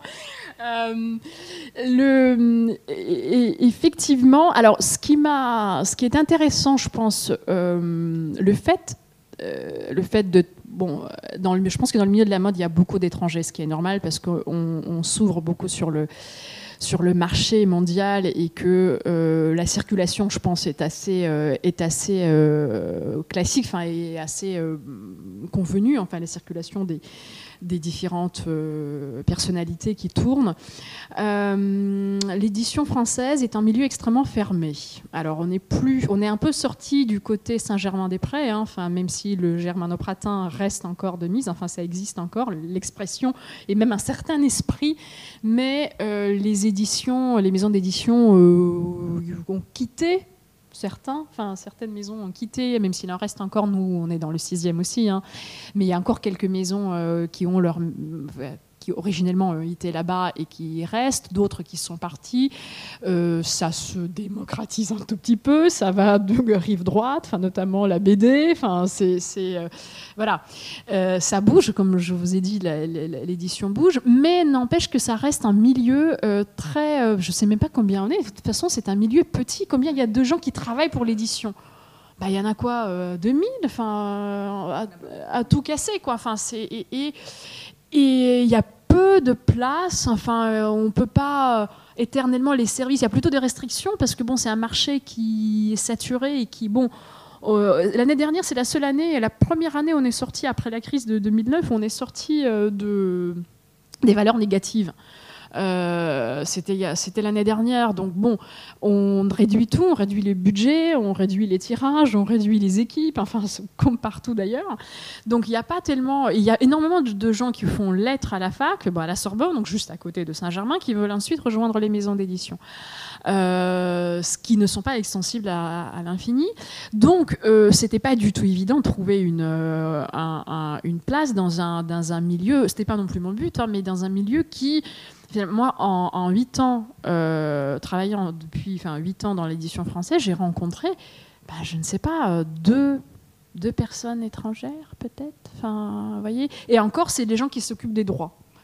[SPEAKER 2] Effectivement, alors ce qui est intéressant, je pense, le fait de je pense que dans le milieu de la mode, il y a beaucoup d'étrangers, ce qui est normal parce qu'on s'ouvre beaucoup sur le marché mondial, et que la circulation, je pense, est assez classique, enfin, est assez convenue, enfin, la circulation des différentes personnalités qui tournent. L'édition française est un milieu extrêmement fermé. Alors, on est un peu sorti du côté Saint-Germain-des-Prés, hein, enfin, même si le germanopratin reste encore de mise, enfin, ça existe encore, l'expression et même un certain esprit, mais les maisons d'édition ont quitté. Certaines maisons ont quitté, même s'il en reste encore, nous on est dans le 6e aussi, hein, mais il y a encore quelques maisons qui originellement étaient là-bas et qui restent, d'autres qui sont partis. Ça se démocratise un tout petit peu, ça va de rive droite, notamment la BD, voilà. Ça bouge, comme je vous ai dit, l'édition bouge, mais n'empêche que ça reste un milieu très... je ne sais même pas combien on est, de toute façon c'est un milieu petit. Combien il y a de gens qui travaillent pour l'édition ? Il y en a quoi, 2000, à tout casser, quoi. Et il y a peu de place, on ne peut pas éternellement les services. Il y a plutôt des restrictions parce que c'est un marché qui est saturé et qui, l'année dernière, c'est la seule année, la première année où on est sorti après la crise de 2009, on est sorti des valeurs négatives. C'était l'année dernière, donc on réduit tout, on réduit les budgets, on réduit les tirages, on réduit les équipes, comme partout d'ailleurs. Donc il y a énormément de gens qui font lettres à la fac, à la Sorbonne, donc juste à côté de Saint-Germain, qui veulent ensuite rejoindre les maisons d'édition, ce qui ne sont pas extensibles à l'infini. Donc c'était pas du tout évident de trouver une place dans un milieu, c'était pas non plus mon but, hein, mais dans un milieu qui... Moi, en 8 ans, travaillant depuis 8 ans dans l'édition française, j'ai rencontré, je ne sais pas, deux personnes étrangères, peut-être. Vous voyez ? Et encore, c'est des gens qui s'occupent des droits.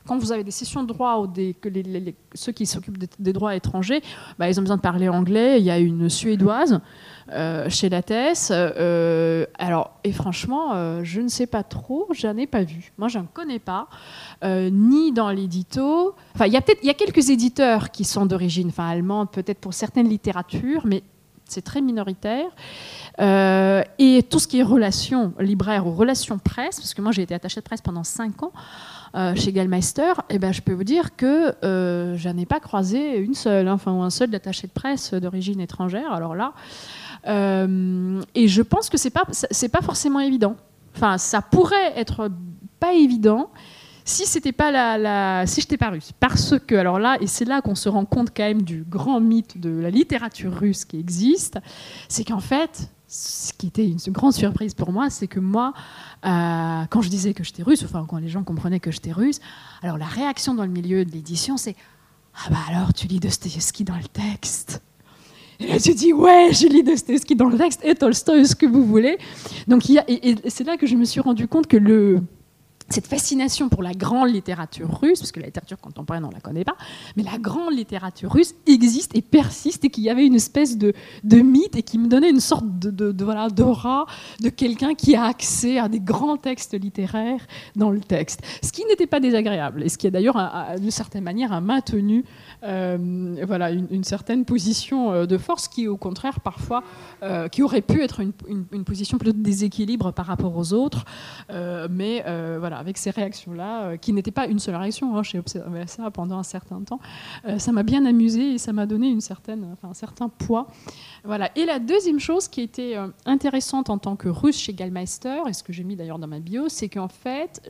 [SPEAKER 2] quand vous avez des sessions de droit ou ceux qui s'occupent des droits étrangers, ils ont besoin de parler anglais. Il y a une Suédoise chez Lattès. Et franchement, je ne sais pas trop, je n'en ai pas vu. Moi, je ne connais pas, ni dans l'édito. Enfin, il y a quelques éditeurs qui sont d'origine allemande, peut-être pour certaines littératures, mais c'est très minoritaire. Et tout ce qui est relations libraires ou relations presse, parce que moi j'ai été attachée de presse pendant 5 ans chez Gallmeister, je peux vous dire que je n'en ai pas croisé une seule, ou un seul d'attaché de presse d'origine étrangère. Alors là, et je pense que c'est pas forcément évident. Enfin, ça pourrait être pas évident si c'était pas si j'étais pas russe, parce que alors là, et c'est là qu'on se rend compte quand même du grand mythe de la littérature russe qui existe, c'est qu'en fait, ce qui était une grande surprise pour moi, c'est que moi, quand je disais que j'étais russe, quand les gens comprenaient que j'étais russe, alors la réaction dans le milieu de l'édition, c'est alors tu lis Dostoïevski dans le texte. Et là, tu dis, ouais, je lis Dostoïevski dans le texte et Tolstoï, ce que vous voulez. Donc, et c'est là que je me suis rendu compte que cette fascination pour la grande littérature russe, parce que la littérature contemporaine, on ne la connaît pas, mais la grande littérature russe existe et persiste, et qu'il y avait une espèce de mythe et qui me donnait une sorte d'aura de quelqu'un qui a accès à des grands textes littéraires dans le texte. Ce qui n'était pas désagréable, et ce qui, d'ailleurs, d'une certaine manière, a maintenu une certaine position de force qui, au contraire, parfois, qui aurait pu être une position plutôt de déséquilibre par rapport aux autres, mais avec ces réactions-là, qui n'étaient pas une seule réaction, j'ai observé ça pendant un certain temps, ça m'a bien amusée et ça m'a donné un certain poids. Voilà. Et la deuxième chose qui était intéressante en tant que russe chez Gallmeister, et ce que j'ai mis d'ailleurs dans ma bio, c'est qu'en fait,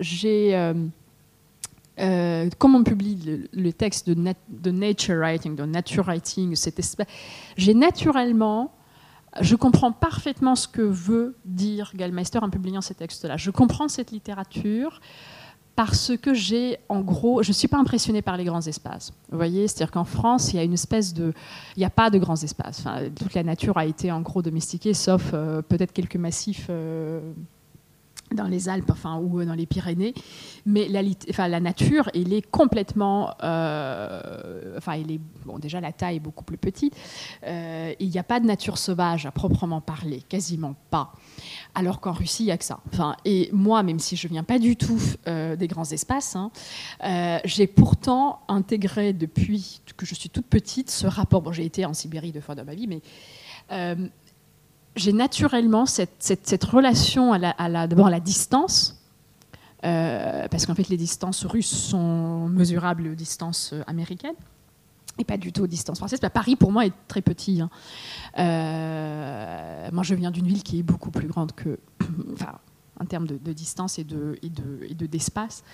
[SPEAKER 2] comme on publie le texte de nature writing, de nature writing, j'ai naturellement... Je comprends parfaitement ce que veut dire Gallmeister en publiant ces textes-là. Je comprends cette littérature parce que je ne suis pas impressionnée par les grands espaces. Vous voyez, c'est-à-dire qu'en France, il y a une espèce de... Il n'y a pas de grands espaces. Toute la nature a été en gros domestiquée, sauf peut-être quelques massifs... dans les Alpes, ou dans les Pyrénées, mais la nature, elle est complètement, déjà la taille est beaucoup plus petite. Il n'y a pas de nature sauvage à proprement parler, quasiment pas. Alors qu'en Russie, il n'y a que ça. Et moi, même si je viens pas du tout des grands espaces, j'ai pourtant intégré depuis que je suis toute petite ce rapport. Bon, j'ai été en Sibérie 2 fois dans ma vie, mais j'ai naturellement cette relation d'abord à la distance, parce qu'en fait les distances russes sont mesurables aux distances américaines et pas du tout aux distances françaises. Paris pour moi est très petit. Moi je viens d'une ville qui est beaucoup plus grande que, en termes de distance et d'espace.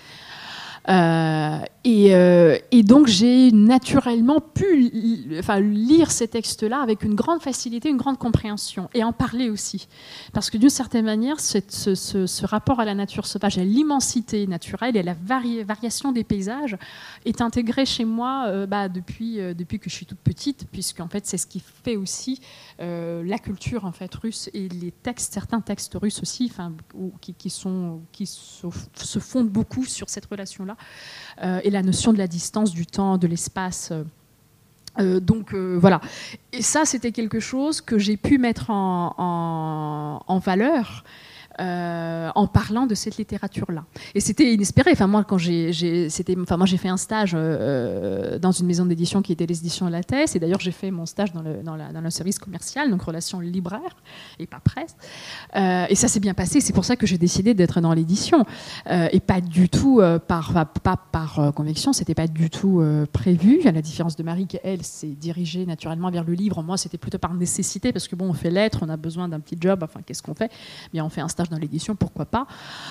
[SPEAKER 2] Et donc j'ai naturellement pu lire ces textes-là avec une grande facilité, une grande compréhension, et en parler aussi. Parce que d'une certaine manière, ce rapport à la nature sauvage, à l'immensité naturelle et à la variation des paysages est intégré chez moi depuis que je suis toute petite, puisqu'en fait c'est ce qui fait aussi la culture en fait russe, et certains textes russes aussi, qui se fondent beaucoup sur cette relation-là. Et la notion de la distance, du temps, de l'espace. Voilà. Et ça, c'était quelque chose que j'ai pu mettre en valeur en parlant de cette littérature-là. Et c'était inespéré. Moi, j'ai fait un stage dans une maison d'édition qui était les éditions Lattès, et d'ailleurs, j'ai fait mon stage dans le service commercial, donc relations libraires et pas presse. Et ça s'est bien passé. C'est pour ça que j'ai décidé d'être dans l'édition. Et pas du tout par conviction, c'était pas du tout prévu. À la différence de Marie, qui, elle, s'est dirigée naturellement vers le livre. Moi, c'était plutôt par nécessité, parce que on fait lettres, on a besoin d'un petit job, qu'est-ce qu'on fait ? Bien, on fait un stage dans l'édition, pourquoi pas.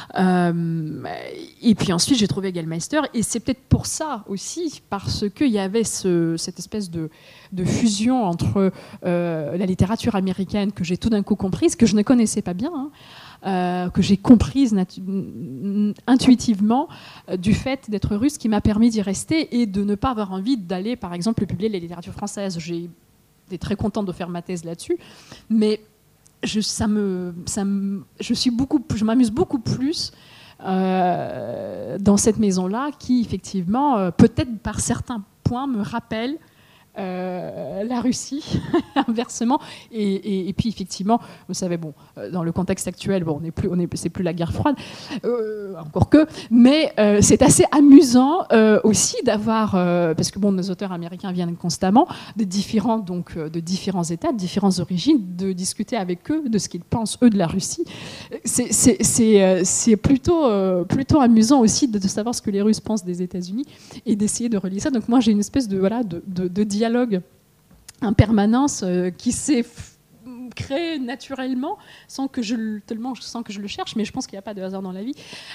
[SPEAKER 2] Et puis ensuite, j'ai trouvé Gallmeister, et c'est peut-être pour ça aussi, parce qu'il y avait cette espèce de fusion entre la littérature américaine que j'ai tout d'un coup comprise, que je ne connaissais pas bien, que j'ai comprise intuitivement du fait d'être russe, qui m'a permis d'y rester et de ne pas avoir envie d'aller, par exemple, publier la littérature française. J'ai été très contente de faire ma thèse là-dessus, mais je m'amuse beaucoup plus dans cette maison-là qui, effectivement, peut-être par certains points, me rappelle la Russie, inversement. Et puis, effectivement, vous savez, bon, dans le contexte actuel, bon, c'est plus la guerre froide, encore que, mais c'est assez amusant aussi d'avoir, parce que bon, nos auteurs américains viennent constamment de différents États, de différentes origines, de discuter avec eux de ce qu'ils pensent, eux, de la Russie. C'est plutôt amusant aussi de savoir ce que les Russes pensent des États-Unis et d'essayer de relier ça. Donc moi, j'ai une espèce de dialogue en permanence qui s'est créé naturellement sans que je le cherche, mais je pense qu'il n'y a pas de hasard dans la vie,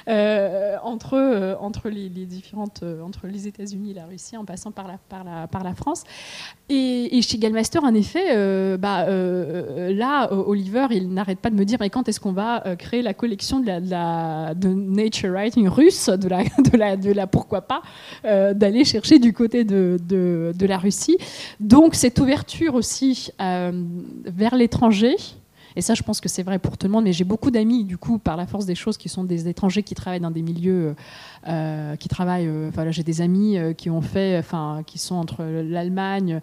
[SPEAKER 2] entre les États-Unis et la Russie, en passant par la France. Et chez Gallmeister, en effet, là, Oliver, il n'arrête pas de me dire, mais quand est-ce qu'on va créer la collection de nature writing russe, de la pourquoi pas, d'aller chercher du côté de la Russie. Donc cette ouverture aussi vers l'étranger. Et ça, je pense que c'est vrai pour tout le monde. Mais j'ai beaucoup d'amis, du coup, par la force des choses, qui sont des étrangers qui travaillent dans des milieux, j'ai des amis qui sont entre l'Allemagne,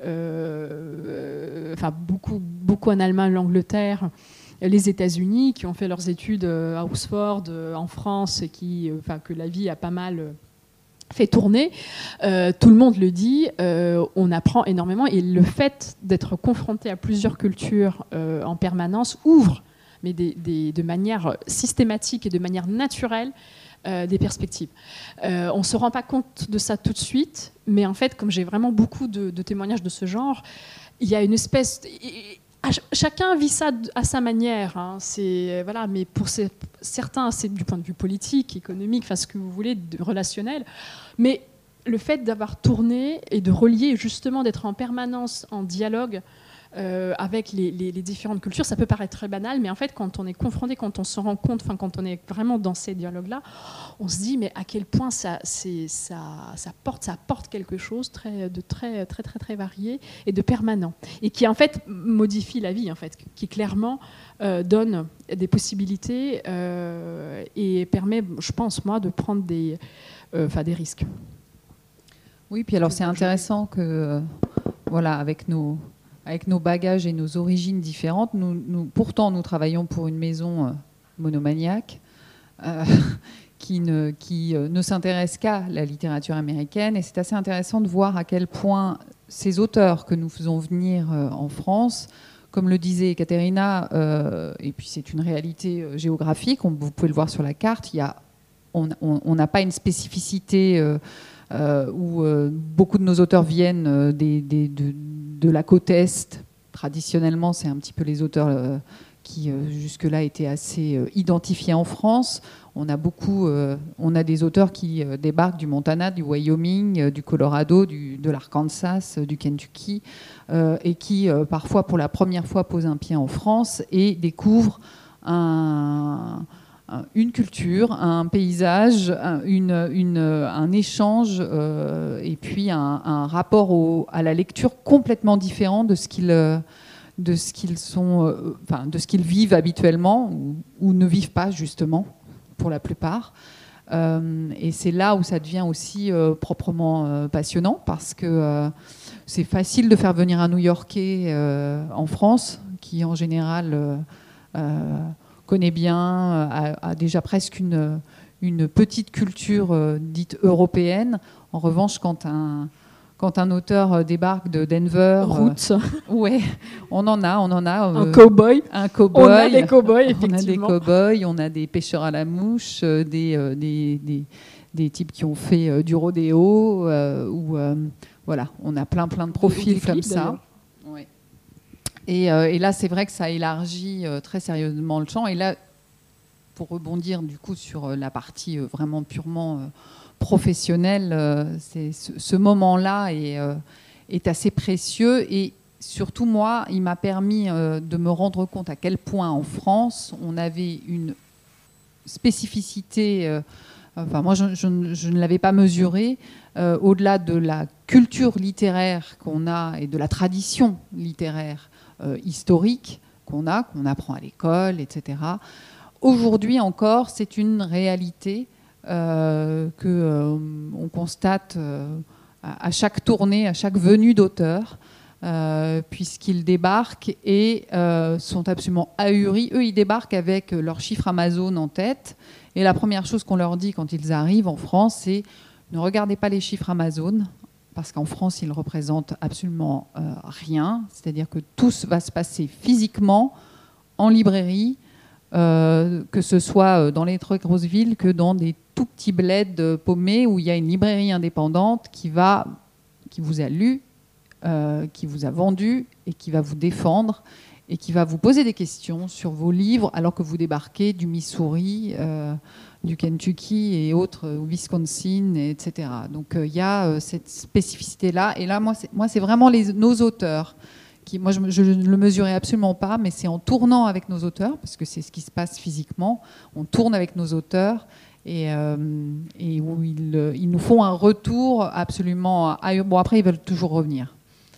[SPEAKER 2] beaucoup en Allemagne, l'Angleterre, les États-Unis, qui ont fait leurs études à Oxford, en France, et que la vie a pas mal fait tourner, tout le monde le dit, on apprend énormément et le fait d'être confronté à plusieurs cultures en permanence ouvre, mais de manière systématique et de manière naturelle, des perspectives. On ne se rend pas compte de ça tout de suite, mais en fait, comme j'ai vraiment beaucoup de témoignages de ce genre, il y a une espèce... Chacun vit ça à sa manière, hein. Mais pour certains, c'est du point de vue politique, économique, ce que vous voulez, relationnel. Mais le fait d'avoir tourné et de relier, justement, d'être en permanence en dialogue avec les différentes cultures, ça peut paraître très banal, mais en fait, quand on est confronté, quand on se rend compte, quand on est vraiment dans ces dialogues-là, on se dit, mais à quel point ça porte quelque chose de très, très, très, très varié et de permanent, et qui en fait modifie la vie, en fait, qui clairement donne des possibilités et permet, je pense, moi, de prendre des risques.
[SPEAKER 3] Oui, puis alors c'est intéressant que, avec nos bagages et nos origines différentes, pourtant nous travaillons pour une maison monomaniaque qui ne s'intéresse qu'à la littérature américaine. Et c'est assez intéressant de voir à quel point ces auteurs que nous faisons venir en France, comme le disait Katerina, et puis c'est une réalité géographique, vous pouvez le voir sur la carte, on n'a pas une spécificité où beaucoup de nos auteurs viennent de la côte Est. Traditionnellement, c'est un petit peu les auteurs qui jusque-là étaient assez identifiés en France. On a des auteurs qui débarquent du Montana, du Wyoming, du Colorado, de l'Arkansas, du Kentucky, et qui parfois pour la première fois posent un pied en France et découvrent une culture, un paysage, un échange et puis un rapport à la lecture complètement différent de ce qu'ils vivent habituellement ou ne vivent pas, justement, pour la plupart. Et c'est là où ça devient aussi proprement passionnant, parce que c'est facile de faire venir un New-Yorkais en France, qui en général connaît bien, a déjà presque une petite culture dite européenne. En revanche, quand un auteur débarque de Denver...
[SPEAKER 2] Roots.
[SPEAKER 3] Ouais, on en a.
[SPEAKER 2] Un cow-boy.
[SPEAKER 3] On
[SPEAKER 2] a des cow-boys, effectivement.
[SPEAKER 3] On a des cow-boys, on a des pêcheurs à la mouche, des types qui ont fait du rodéo, on a plein de profils comme ça. Ouais. Et là, c'est vrai que ça élargit très sérieusement le champ. Et là, pour rebondir du coup sur la partie vraiment purement professionnelle, ce moment-là est assez précieux. Et surtout, moi, il m'a permis de me rendre compte à quel point en France, on avait une spécificité... moi, je ne l'avais pas mesurée. Au-delà de la culture littéraire qu'on a et de la tradition littéraire historique qu'on apprend à l'école, etc. aujourd'hui encore, c'est une réalité que on constate à chaque tournée, à chaque venue d'auteur, puisqu'ils débarquent et sont absolument ahuris. Eux, ils débarquent avec leurs chiffres Amazon en tête, et la première chose qu'on leur dit quand ils arrivent en France, c'est ne regardez pas les chiffres Amazon, parce qu'en France, ils ne représentent absolument rien, c'est-à-dire que tout va se passer physiquement, en librairie, que ce soit dans les très grosses villes que dans des tout petits bleds paumés où il y a une librairie indépendante qui vous a lu, qui vous a vendu et qui va vous défendre et qui va vous poser des questions sur vos livres alors que vous débarquez du Missouri, du Kentucky et autres, Wisconsin, etc. Donc il y a cette spécificité-là. Et là, moi, c'est vraiment nos auteurs. Moi, je ne le mesurais absolument pas, mais c'est en tournant avec nos auteurs, parce que c'est ce qui se passe physiquement, on tourne avec nos auteurs, et où ils nous font un retour absolument... Bon, après, ils veulent toujours revenir.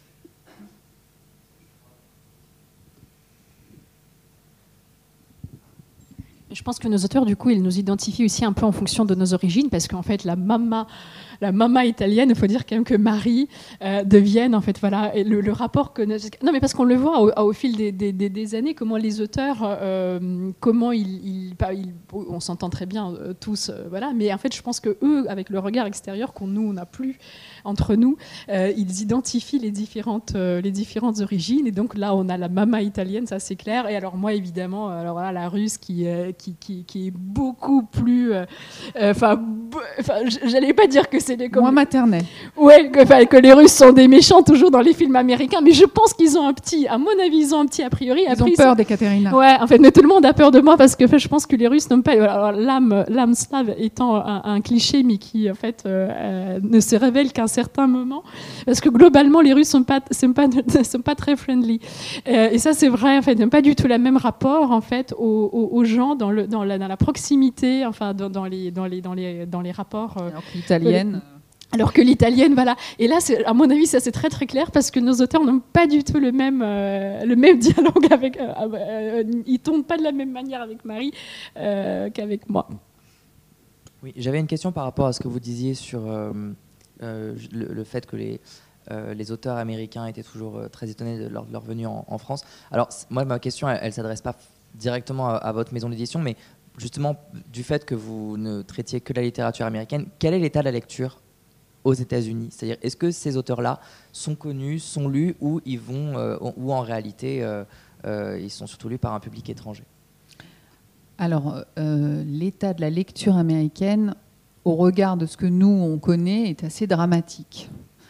[SPEAKER 2] Je pense que nos auteurs, du coup, ils nous identifient aussi un peu en fonction de nos origines, parce qu'en fait, la mama italienne, il faut dire quand même que Marie devienne, en fait, voilà, et le rapport que... Non, mais parce qu'on le voit au fil des années, comment les auteurs, comment on s'entend très bien tous, voilà, mais en fait, je pense que eux, avec le regard extérieur qu'on nous, on n'a plus entre nous, ils identifient les différentes origines, et donc là, on a la mama italienne, ça c'est clair, et alors moi, évidemment, alors voilà, la russe qui est beaucoup plus... j'allais pas dire que c'est des...
[SPEAKER 3] Moins maternelle.
[SPEAKER 2] Ouais, que les Russes sont des méchants toujours dans les films américains, mais je pense qu'ils ont à mon avis, ils ont un petit a priori.
[SPEAKER 3] Ils ont peur d'Ekaterina.
[SPEAKER 2] Ouais, en fait, mais tout le monde a peur de moi parce que je pense que les Russes n'ont pas... Alors, l'âme slave étant un cliché, mais qui, en fait, ne se révèle qu'à un certain moment, parce que globalement, les Russes sont pas très friendly. Et ça, c'est vrai, en fait, ils n'ont pas du tout le même rapport, en fait, aux gens dans la proximité, enfin, dans les rapports.
[SPEAKER 3] Alors que l'italienne...
[SPEAKER 2] Alors que l'italienne, voilà. Et là, à mon avis, ça c'est très très clair parce que nos auteurs n'ont pas du tout le même dialogue avec. Ils tournent pas de la même manière avec Marie qu'avec moi.
[SPEAKER 5] Oui, j'avais une question par rapport à ce que vous disiez sur le fait que les auteurs américains étaient toujours très étonnés de leur venue en France. Alors, moi, ma question, elle s'adresse pas directement à votre maison d'édition, mais justement, du fait que vous ne traitiez que la littérature américaine, quel est l'état de la lecture aux États-Unis? C'est-à-dire, est-ce que ces auteurs-là sont connus, sont lus, ou ou en réalité, ils sont surtout lus par un public étranger?
[SPEAKER 3] Alors, l'état de la lecture américaine, au regard de ce que nous, on connaît, est assez dramatique.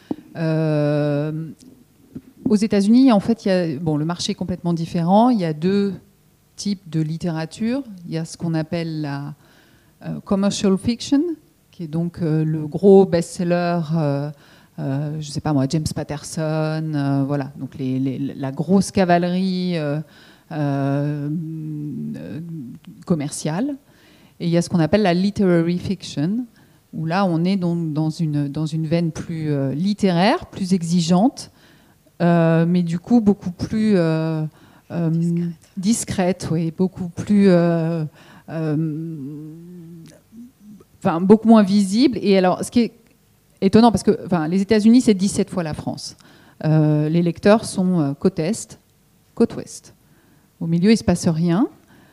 [SPEAKER 3] Aux États-Unis, en fait, le marché est complètement différent. Il y a deux types de littérature. Il y a ce qu'on appelle la commercial fiction, qui est donc le gros best-seller, je ne sais pas moi, James Patterson, voilà, donc la grosse cavalerie commerciale. Et il y a ce qu'on appelle la literary fiction, où là on est dans une veine plus littéraire, plus exigeante, mais du coup beaucoup plus discrète, oui, beaucoup plus... beaucoup moins visible. Et alors, ce qui est étonnant, parce que les États-Unis, c'est 17 fois la France. Les lecteurs sont côte Est, côte Ouest. Au milieu, il ne se passe rien.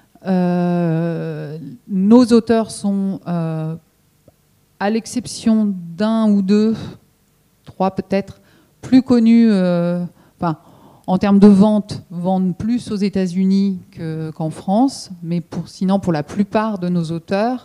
[SPEAKER 3] Nos auteurs sont, à l'exception d'un ou deux, trois peut-être, plus connus, en termes de vente, vendent plus aux États-Unis qu'en France. Mais sinon, pour la plupart de nos auteurs,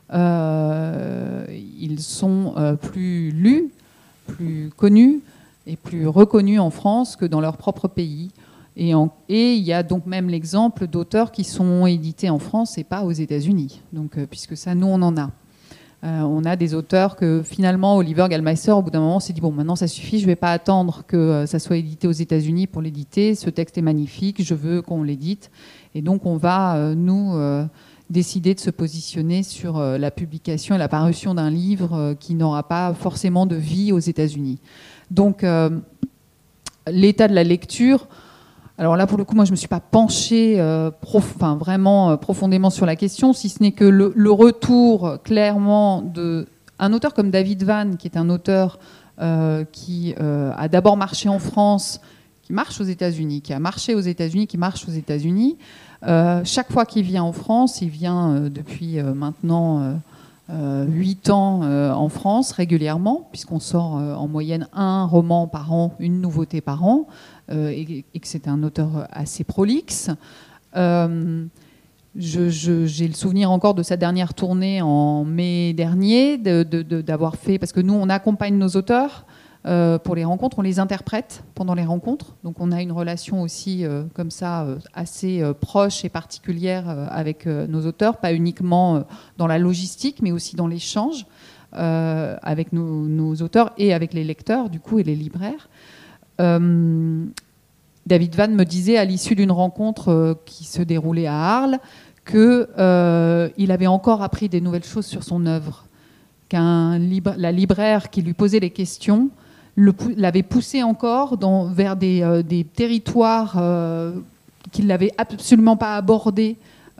[SPEAKER 3] ils sont plus lus, plus connus et plus reconnus en France que dans leur propre pays. Et il y a donc même l'exemple d'auteurs qui sont édités en France et pas aux États-Unis. Donc, puisque ça, nous, on en a. On a des auteurs que finalement, Oliver Gallmeister, au bout d'un moment, s'est dit, bon, maintenant ça suffit, je ne vais pas attendre que ça soit édité aux États-Unis pour l'éditer. Ce texte est magnifique, je veux qu'on l'édite. Et donc, on va, décider de se positionner sur la publication et la parution d'un livre qui n'aura pas forcément de vie aux États-Unis. Donc, l'état de la lecture, Alors là, pour le coup, moi, je ne me suis pas penchée vraiment profondément sur la question, si ce n'est que le retour clairement d'un auteur comme David Vann, qui est un auteur qui a d'abord marché en France, qui marche aux États-Unis, qui a marché aux États-Unis, qui marche aux États-Unis. Chaque fois qu'il vient en France, il vient depuis maintenant 8 ans en France régulièrement, puisqu'on sort en moyenne un roman par an, une nouveauté par an, et que c'est un auteur assez prolixe. J'ai le souvenir encore de sa dernière tournée en mai dernier, d'avoir fait, parce que nous on accompagne nos auteurs pour les rencontres, on les interprète pendant les rencontres, donc on a une relation aussi comme ça assez proche et particulière avec nos auteurs, pas uniquement dans la logistique mais aussi dans l'échange avec nos auteurs et avec les lecteurs du coup et les libraires. David Vann me disait à l'issue d'une rencontre qui se déroulait à Arles qu'il avait encore appris des nouvelles choses sur son œuvre, la libraire qui lui posait les questions l'avait poussé encore vers des territoires qu'il n'avait absolument pas abordés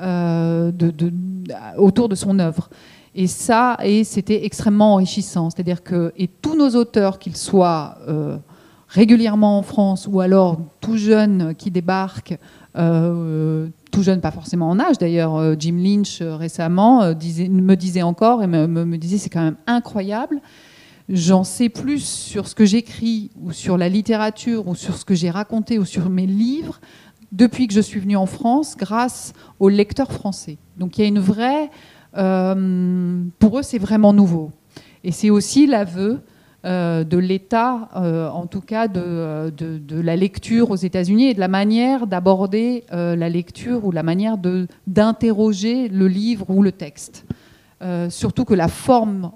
[SPEAKER 3] autour de son œuvre. Et c'était extrêmement enrichissant. C'est-à-dire que tous nos auteurs, qu'ils soient régulièrement en France ou alors tout jeunes qui débarquent, tout jeunes pas forcément en âge d'ailleurs, Jim Lynch récemment me disait encore et me disait c'est quand même incroyable. J'en sais plus sur ce que j'écris ou sur la littérature ou sur ce que j'ai raconté ou sur mes livres depuis que je suis venue en France grâce aux lecteurs français. Donc il y a une vraie... pour eux, c'est vraiment nouveau. Et c'est aussi l'aveu de l'État, en tout cas de la lecture aux États-Unis et de la manière d'aborder la lecture ou la manière d'interroger le livre ou le texte. Surtout que les formes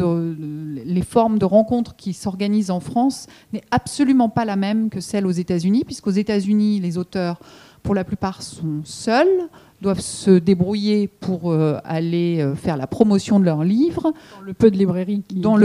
[SPEAKER 3] de rencontres qui s'organisent en France n'est absolument pas la même que celle aux États-Unis, puisqu'aux États-Unis, les auteurs, pour la plupart, sont seuls, doivent se débrouiller pour aller faire la promotion de leurs livres.
[SPEAKER 2] Dans le peu de librairies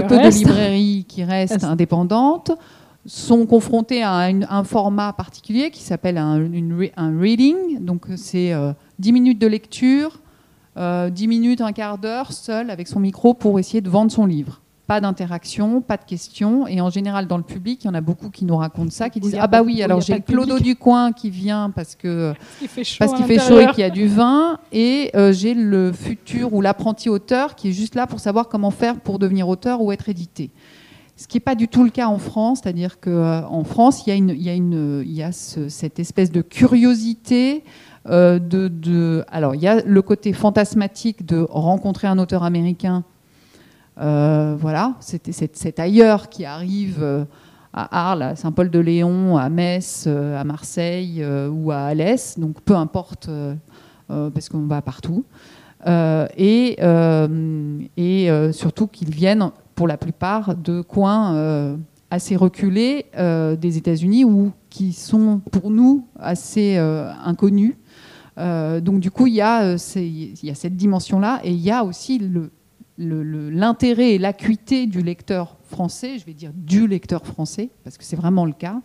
[SPEAKER 3] qui restent indépendantes, sont confrontés à un format particulier qui s'appelle un reading. Donc c'est 10 minutes de lecture, 10 minutes, un quart d'heure, seul avec son micro pour essayer de vendre son livre. Pas d'interaction, pas de questions. Et en général, dans le public, il y en a beaucoup qui nous racontent ça, qui disent « Ah bah oui, alors j'ai Clodo du coin qui vient parce qu'il fait chaud et qu'il y a du vin. Et j'ai le futur ou l'apprenti auteur qui est juste là pour savoir comment faire pour devenir auteur ou être édité. » Ce qui n'est pas du tout le cas en France. C'est-à-dire qu'en France, il y a cette espèce de curiosité. Alors, il y a le côté fantasmatique de rencontrer un auteur américain. Voilà, c'est ailleurs qui arrive à Arles, à Saint-Paul-de-Léon, à Metz, à Marseille ou à Alès. Donc, peu importe, parce qu'on va partout. Et surtout qu'ils viennent, pour la plupart, de coins assez reculés des États-Unis ou qui sont, pour nous, assez inconnus. Donc du coup, il y a cette dimension-là et il y a aussi l'intérêt et l'acuité du lecteur français, je vais dire du lecteur français, parce que c'est vraiment le cas,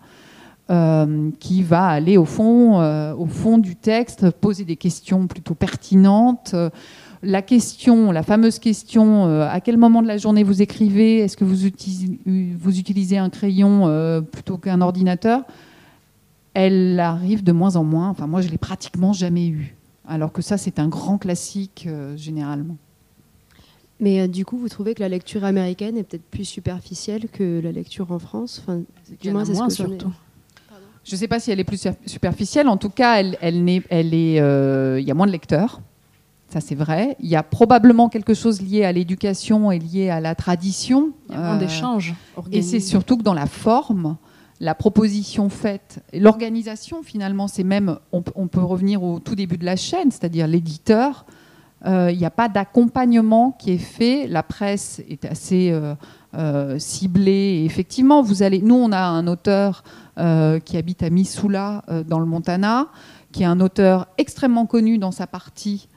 [SPEAKER 3] qui va aller au fond du texte, poser des questions plutôt pertinentes. La fameuse question, à quel moment de la journée vous écrivez? Est-ce que vous utilisez un crayon plutôt qu'un ordinateur? Elle arrive de moins en moins. Enfin, moi, je l'ai pratiquement jamais eue. Alors que ça, c'est un grand classique, généralement.
[SPEAKER 6] Mais du coup, vous trouvez que la lecture américaine est peut-être plus superficielle que la lecture en France? Enfin, du moins, c'est ce que surtout.
[SPEAKER 3] Je ne sais pas si elle est plus superficielle. En tout cas, il y a moins de lecteurs. Ça, c'est vrai. Il y a probablement quelque chose lié à l'éducation et lié à la tradition.
[SPEAKER 2] Il y a moins d'échanges.
[SPEAKER 3] Et c'est surtout que dans la forme, la proposition faite, l'organisation finalement, c'est même, on peut revenir au tout début de la chaîne, c'est-à-dire l'éditeur. Il n'y a pas d'accompagnement qui est fait. La presse est assez ciblée. Et effectivement, nous, on a un auteur qui habite à Missoula, dans le Montana, qui est un auteur extrêmement connu dans sa partie.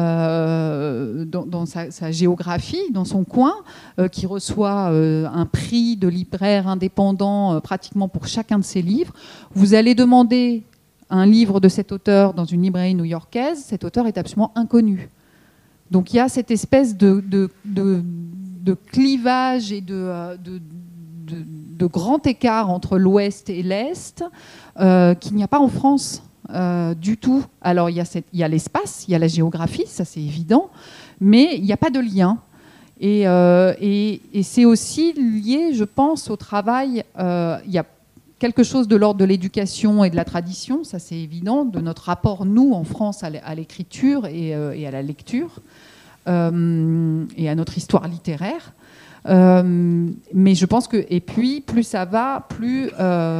[SPEAKER 3] Dans sa géographie, dans son coin, qui reçoit un prix de libraire indépendant pratiquement pour chacun de ses livres. Vous allez demander un livre de cet auteur dans une librairie new-yorkaise, cet auteur est absolument inconnu. Donc il y a cette espèce de clivage et de grand écart entre l'Ouest et l'Est qu'il n'y a pas en France du tout. Alors il y a l'espace, il y a la géographie, ça c'est évident, mais il n'y a pas de lien. Et c'est aussi lié, je pense, au travail. Il y a quelque chose de l'ordre de l'éducation et de la tradition, ça c'est évident, de notre rapport, nous, en France, à l'écriture et à la lecture, et à notre histoire littéraire. Mais je pense que, et puis, plus ça va, plus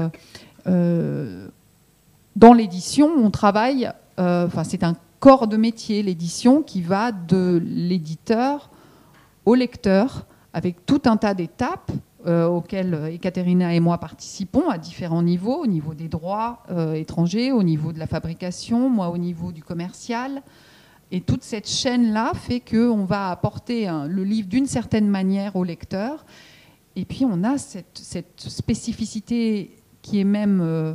[SPEAKER 3] dans l'édition, on travaille, c'est un corps de métier, l'édition, qui va de l'éditeur au lecteur, avec tout un tas d'étapes auxquelles Ekaterina et moi participons à différents niveaux, au niveau des droits étrangers, au niveau de la fabrication, moi au niveau du commercial. Et toute cette chaîne-là fait qu'on va apporter le livre d'une certaine manière au lecteur. Et puis on a cette spécificité qui est même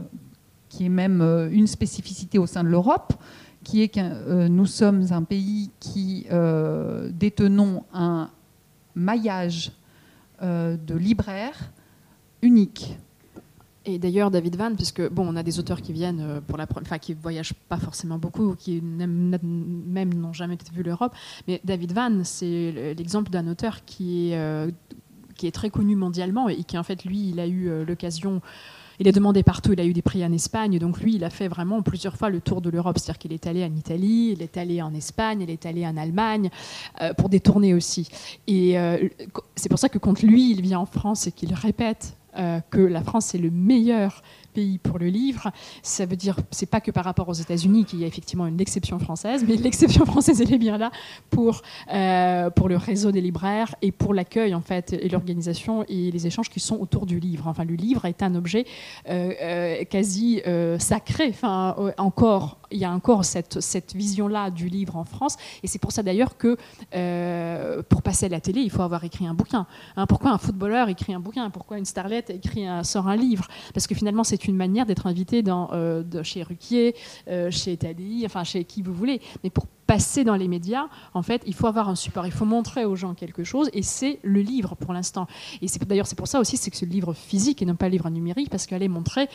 [SPEAKER 3] une spécificité au sein de l'Europe, qui est que nous sommes un pays qui détenons un maillage de libraires unique.
[SPEAKER 2] Et d'ailleurs, David Vann, puisque on a des auteurs qui viennent qui voyagent pas forcément beaucoup, qui même n'ont jamais vu l'Europe, mais David Vann, c'est l'exemple d'un auteur qui est très connu mondialement et qui en fait lui, il a eu l'occasion. Il est demandé partout, il a eu des prix en Espagne, donc lui, il a fait vraiment plusieurs fois le tour de l'Europe, c'est-à-dire qu'il est allé en Italie, il est allé en Espagne, il est allé en Allemagne, pour des tournées aussi. Et c'est pour ça que quand lui, il vient en France et qu'il répète que la France est le meilleur pays pour le livre, ça veut dire, c'est pas que par rapport aux États-Unis qu'il y a effectivement une exception française, mais l'exception française elle est bien là pour le réseau des libraires et pour l'accueil en fait et l'organisation et les échanges qui sont autour du livre. Enfin, le livre est un objet quasi sacré. Enfin, il y a encore cette vision-là du livre en France, et c'est pour ça d'ailleurs que pour passer à la télé, il faut avoir écrit un bouquin. Pourquoi un footballeur écrit un bouquin? Pourquoi une starlette sort un livre? Parce que finalement, c'est une manière d'être invité chez Ruquier, chez Tadi, enfin chez qui vous voulez. Mais pour passer dans les médias, en fait, il faut avoir un support, il faut montrer aux gens quelque chose, et c'est le livre pour l'instant. Et d'ailleurs, c'est pour ça aussi, c'est que ce livre physique et non pas le livre numérique, parce qu'elle est montrée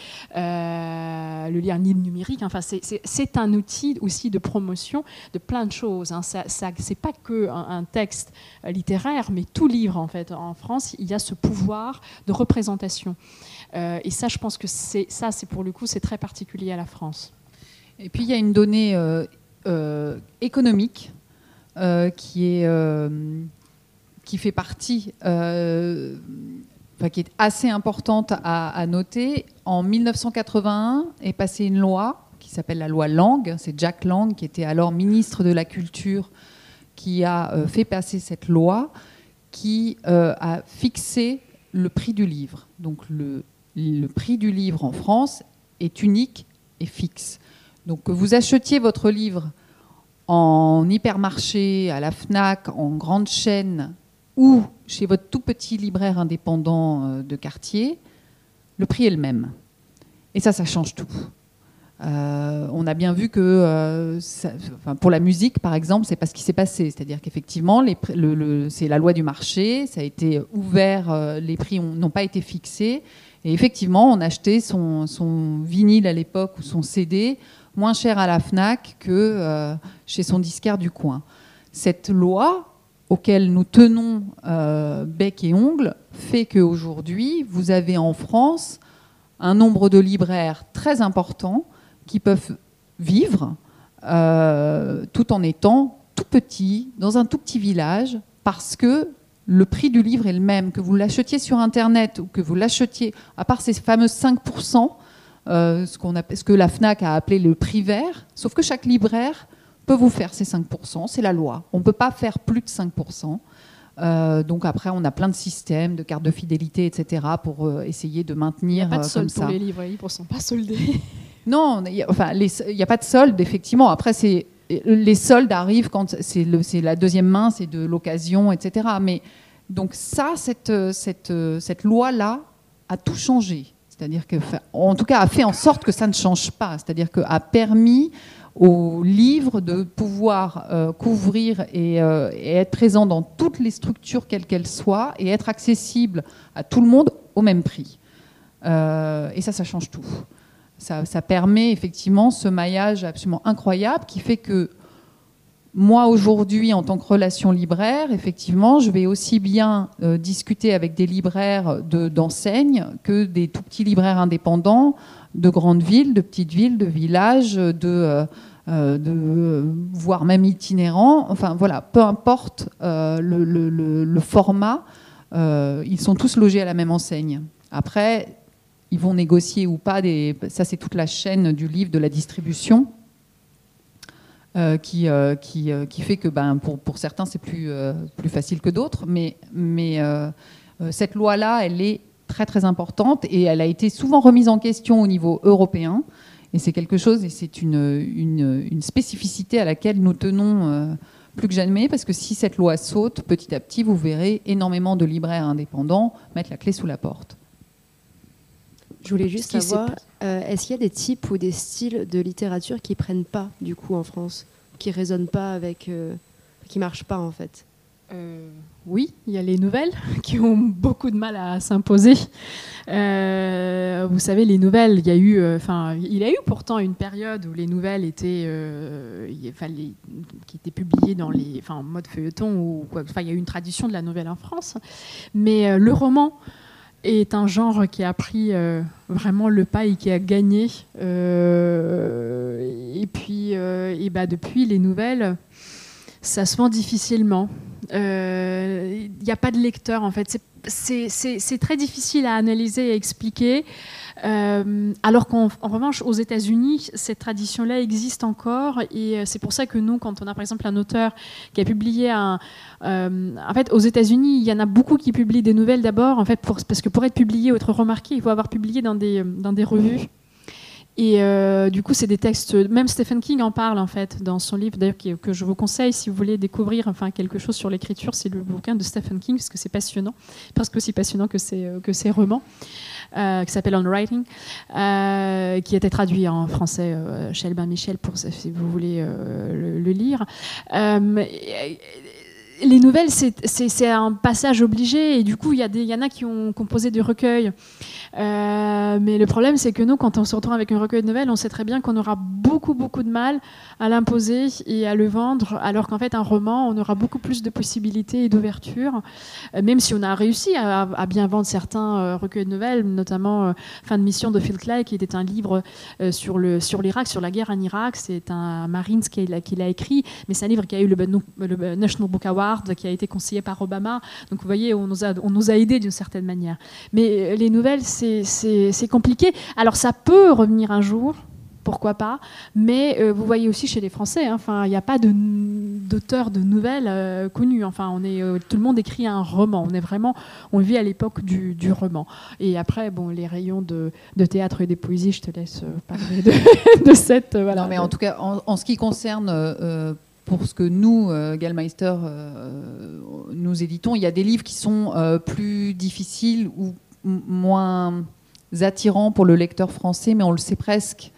[SPEAKER 2] le livre numérique. Enfin, c'est un outil aussi de promotion de plein de choses. Hein. C'est pas que un texte littéraire, mais tout livre en fait. En France, il y a ce pouvoir de représentation. Et ça, je pense que c'est pour le coup, c'est très particulier à la France.
[SPEAKER 3] Et puis il y a une donnée économique qui fait partie, qui est assez importante à noter. En 1981 est passée une loi qui s'appelle la loi Lang. C'est Jack Lang qui était alors ministre de la Culture qui a fait passer cette loi qui a fixé le prix du livre. Donc le prix du livre en France est unique et fixe. Donc que vous achetiez votre livre en hypermarché, à la FNAC, en grande chaîne ou chez votre tout petit libraire indépendant de quartier, le prix est le même. Et ça change tout. On a bien vu que, pour la musique, par exemple, c'est pas ce qui s'est passé. C'est-à-dire qu'effectivement, c'est la loi du marché, ça a été ouvert, les prix n'ont pas été fixés. Et effectivement, on achetait son vinyle à l'époque ou son CD moins cher à la FNAC que chez son disquaire du coin. Cette loi, auquel nous tenons bec et ongle, fait qu'aujourd'hui, vous avez en France un nombre de libraires très important qui peuvent vivre tout en étant tout petits, dans un tout petit village, parce que le prix du livre est le même, que vous l'achetiez sur Internet ou que vous l'achetiez, à part ces fameux 5%, ce que la FNAC a appelé le prix vert, sauf que chaque libraire peut vous faire ces 5%, c'est la loi. On ne peut pas faire plus de 5%. Donc après, on a plein de systèmes, de cartes de fidélité, etc., pour essayer de maintenir comme ça.
[SPEAKER 2] Il n'y a pas de solde pour les livres ne sont pas soldés.
[SPEAKER 3] Non, il n'y a pas de solde, effectivement. Après, les soldes arrivent quand c'est la deuxième main, c'est de l'occasion, etc. Mais donc ça, cette loi-là a tout changé. C'est-à-dire que, en tout cas, a fait en sorte que ça ne change pas. C'est-à-dire qu'a permis aux livres de pouvoir couvrir et être présent dans toutes les structures quelles qu'elles soient et être accessible à tout le monde au même prix. Et ça change tout. Ça permet effectivement ce maillage absolument incroyable qui fait que moi, aujourd'hui, en tant que relation libraire, effectivement, je vais aussi bien discuter avec des libraires d'enseignes que des tout petits libraires indépendants de grandes villes, de petites villes, de villages, voire même itinérants. Enfin, voilà, peu importe le format, ils sont tous logés à la même enseigne. Après, ils vont négocier ou pas. Ça, c'est toute la chaîne du livre, de la distribution. Qui fait que pour certains c'est plus facile que d'autres, mais cette loi-là, elle est très très importante et elle a été souvent remise en question au niveau européen, et c'est quelque chose, et c'est une spécificité à laquelle nous tenons plus que jamais, parce que si cette loi saute, petit à petit vous verrez énormément de libraires indépendants mettre la clé sous la porte.
[SPEAKER 6] Je voulais juste savoir, est-ce qu'il y a des types ou des styles de littérature qui prennent pas, du coup, en France, qui résonnent pas avec... qui marchent pas, en fait?
[SPEAKER 2] Oui, il y a les nouvelles qui ont beaucoup de mal à s'imposer. Vous savez, les nouvelles, il y a eu pourtant une période où les nouvelles étaient, qui étaient publiées en mode feuilleton, ou quoi. Enfin, il y a eu une tradition de la nouvelle en France, mais le roman est un genre qui a pris vraiment le pas et qui a gagné. Et puis, depuis, les nouvelles, ça se vend difficilement. Il n'y a pas de lecteur, en fait. C'est très difficile à analyser et à expliquer. Alors qu'en revanche, aux États-Unis, cette tradition-là existe encore, et c'est pour ça que nous, quand on a par exemple un auteur qui a publié en fait, aux États-Unis, il y en a beaucoup qui publient des nouvelles d'abord, en fait, parce que pour être publié ou être remarqué, il faut avoir publié dans des revues. Et du coup, c'est des textes. Même Stephen King en parle en fait dans son livre, d'ailleurs, que je vous conseille si vous voulez découvrir quelque chose sur l'écriture. C'est le bouquin de Stephen King, parce que c'est passionnant, presque aussi passionnant que ses romans, qui s'appelle On Writing, qui a été traduit en français chez Albin Michel, si vous voulez le lire. Les nouvelles, c'est un passage obligé, et du coup, il y en a qui ont composé des recueils. Mais le problème, c'est que nous, quand on se retrouve avec un recueil de nouvelles, on sait très bien qu'on aura beaucoup, beaucoup de mal à l'imposer et à le vendre, alors qu'en fait, un roman, on aura beaucoup plus de possibilités et d'ouverture, même si on a réussi à bien vendre certains recueils de nouvelles, notamment Fin de mission de Phil Clay, qui était un livre sur l'Irak, sur la guerre en Irak. C'est un Marines qui l'a écrit, mais c'est un livre qui a eu le National Book Award, qui a été conseillé par Obama. Donc vous voyez, on nous a aidés d'une certaine manière. Mais les nouvelles, c'est compliqué. Alors ça peut revenir un jour, pourquoi pas, mais vous voyez aussi chez les Français, il n'y a pas d'auteur de nouvelles connu. Tout le monde écrit un roman. On vit à l'époque du roman. Et après, les rayons de théâtre et des poésies, je te laisse parler de cette... voilà.
[SPEAKER 3] Non, mais en tout cas, en ce qui concerne... pour ce que nous, Gallmeister, nous éditons, il y a des livres qui sont plus difficiles ou moins attirants pour le lecteur français, mais on le sait presque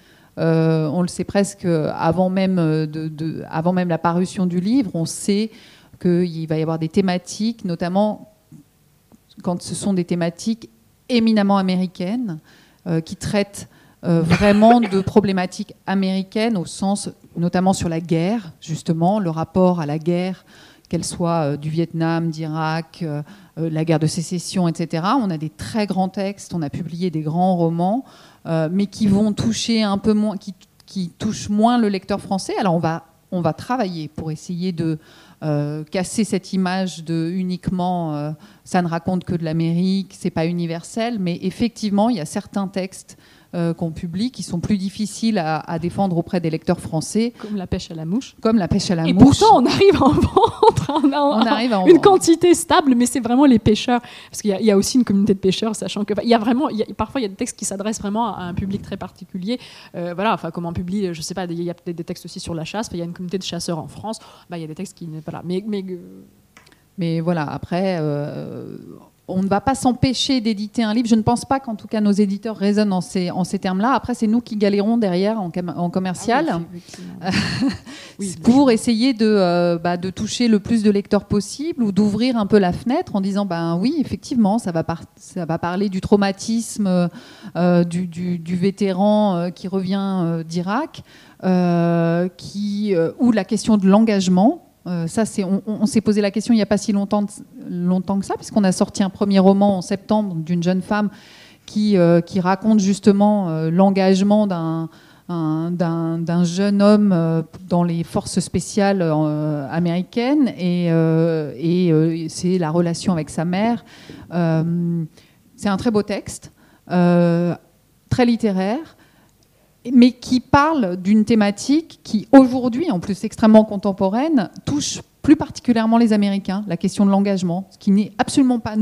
[SPEAKER 3] avant même la parution du livre. On sait qu'il va y avoir des thématiques, notamment quand ce sont des thématiques éminemment américaines, qui traitent vraiment de problématiques américaines, au sens notamment sur la guerre, justement, le rapport à la guerre, qu'elle soit du Vietnam, d'Irak, la guerre de sécession, etc. On a des très grands textes, on a publié des grands romans, mais qui vont toucher un peu moins, qui touchent moins le lecteur français. Alors on va travailler pour essayer de casser cette image de uniquement ça ne raconte que de l'Amérique, c'est pas universel, mais effectivement il y a certains textes qu'on publie qui sont plus difficiles à défendre auprès des lecteurs français.
[SPEAKER 2] Comme La pêche à la mouche.
[SPEAKER 3] Et
[SPEAKER 2] pourtant, on arrive à en vendre. Une quantité stable, mais c'est vraiment les pêcheurs. Parce qu'il y a aussi une communauté de pêcheurs, sachant que parfois, il y a des textes qui s'adressent vraiment à un public très particulier. Comme on publie, je sais pas, il y a peut-être des textes aussi sur la chasse. Il y a une communauté de chasseurs en France. Il y a des textes qui... Voilà. Mais
[SPEAKER 3] voilà, après... on ne va pas s'empêcher d'éditer un livre. Je ne pense pas qu'en tout cas nos éditeurs raisonnent en ces termes-là. Après, c'est nous qui galérons derrière en commercial pour essayer de toucher le plus de lecteurs possible ou d'ouvrir un peu la fenêtre en disant oui, effectivement, ça va parler du traumatisme du vétéran qui revient d'Irak, ou la question de l'engagement. On s'est posé la question il n'y a pas si longtemps que ça, puisqu'on a sorti un premier roman en septembre d'une jeune femme qui raconte justement l'engagement d'un jeune homme dans les forces spéciales américaines, et c'est la relation avec sa mère. C'est un très beau texte, très littéraire, mais qui parle d'une thématique qui, aujourd'hui, en plus extrêmement contemporaine, touche plus particulièrement les Américains, la question de l'engagement, ce qui n'est absolument pas,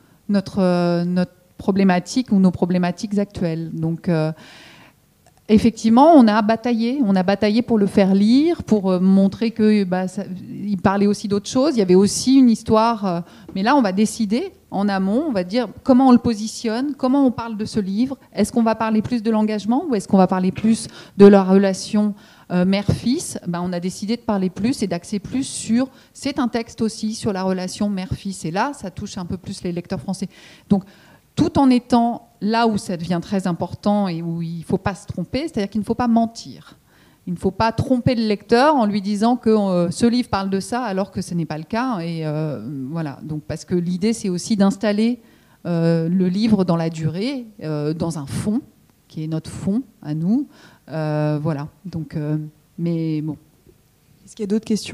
[SPEAKER 3] notre problématique ou nos problématiques actuelles. Donc, effectivement, on a bataillé pour le faire lire, pour montrer qu'il parlait aussi d'autres choses. Il y avait aussi une histoire, mais là, on va décider en amont, on va dire comment on le positionne, comment on parle de ce livre. Est-ce qu'on va parler plus de l'engagement ou est-ce qu'on va parler plus de la relation mère-fils? On a décidé de parler plus et d'axer plus sur... C'est un texte aussi sur la relation mère-fils. Et là, ça touche un peu plus les lecteurs français. Donc, tout en étant là où ça devient très important et où il ne faut pas se tromper, c'est-à-dire qu'il ne faut pas mentir. Il ne faut pas tromper le lecteur en lui disant que ce livre parle de ça alors que ce n'est pas le cas. Et voilà. Donc, parce que l'idée, c'est aussi d'installer le livre dans la durée, dans un fond, qui est notre fond à nous. Voilà. Donc, mais bon.
[SPEAKER 1] Est-ce qu'il y a d'autres questions ?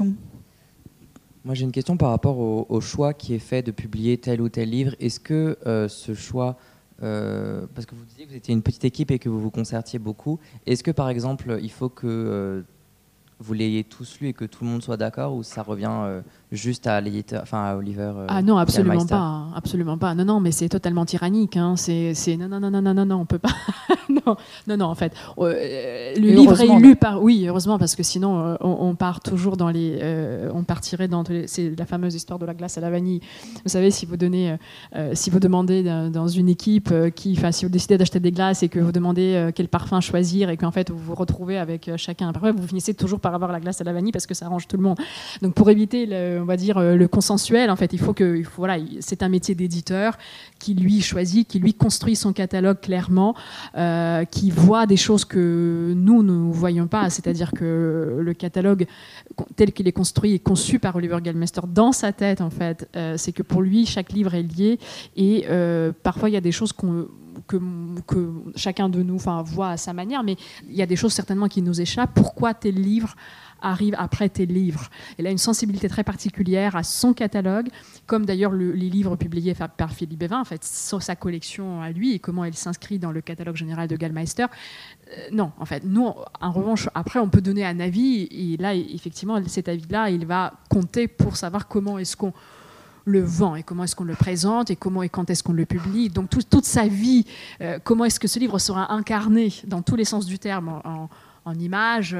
[SPEAKER 5] Moi, j'ai une question par rapport au choix qui est fait de publier tel ou tel livre. Est-ce que ce choix... parce que vous disiez que vous étiez une petite équipe et que vous vous concertiez beaucoup. Est-ce que, par exemple, il faut que vous l'ayez tous lu et que tout le monde soit d'accord, ou ça revient juste à l'éditeur, à Oliver
[SPEAKER 2] non, absolument
[SPEAKER 5] Gallmeister?
[SPEAKER 2] pas, absolument pas. Non, mais c'est totalement tyrannique. C'est non, on peut pas. non, en fait, le livre est lu par. Oui, heureusement, parce que sinon, on part toujours dans les. On partirait dans. C'est la fameuse histoire de la glace à la vanille. Vous savez, si vous demandez dans une équipe si vous décidez d'acheter des glaces et que vous demandez quel parfum choisir et qu'en fait vous vous retrouvez avec chacun. Après, vous finissez toujours par avoir la glace à la vanille parce que ça arrange tout le monde. Donc, pour éviter on va dire le consensuel, en fait, c'est un métier d'éditeur qui lui choisit, qui lui construit son catalogue clairement, qui voit des choses que nous ne voyons pas, c'est-à-dire que le catalogue tel qu'il est construit et conçu par Oliver Gallmeister dans sa tête, en fait, c'est que pour lui chaque livre est lié, et parfois il y a des choses que chacun de nous voit à sa manière, mais il y a des choses certainement qui nous échappent. Pourquoi tel livre arrive après tes livres? Elle a une sensibilité très particulière à son catalogue, comme d'ailleurs les livres publiés par Philippe Bévin, en fait, sur sa collection à lui et comment elle s'inscrit dans le catalogue général de Gallmeister. Non, en fait, nous, en revanche, après, on peut donner un avis, et là, effectivement, cet avis-là, il va compter pour savoir comment est-ce qu'on le vend et comment est-ce qu'on le présente et comment et quand est-ce qu'on le publie. Donc toute sa vie, comment est-ce que ce livre sera incarné dans tous les sens du terme, en images,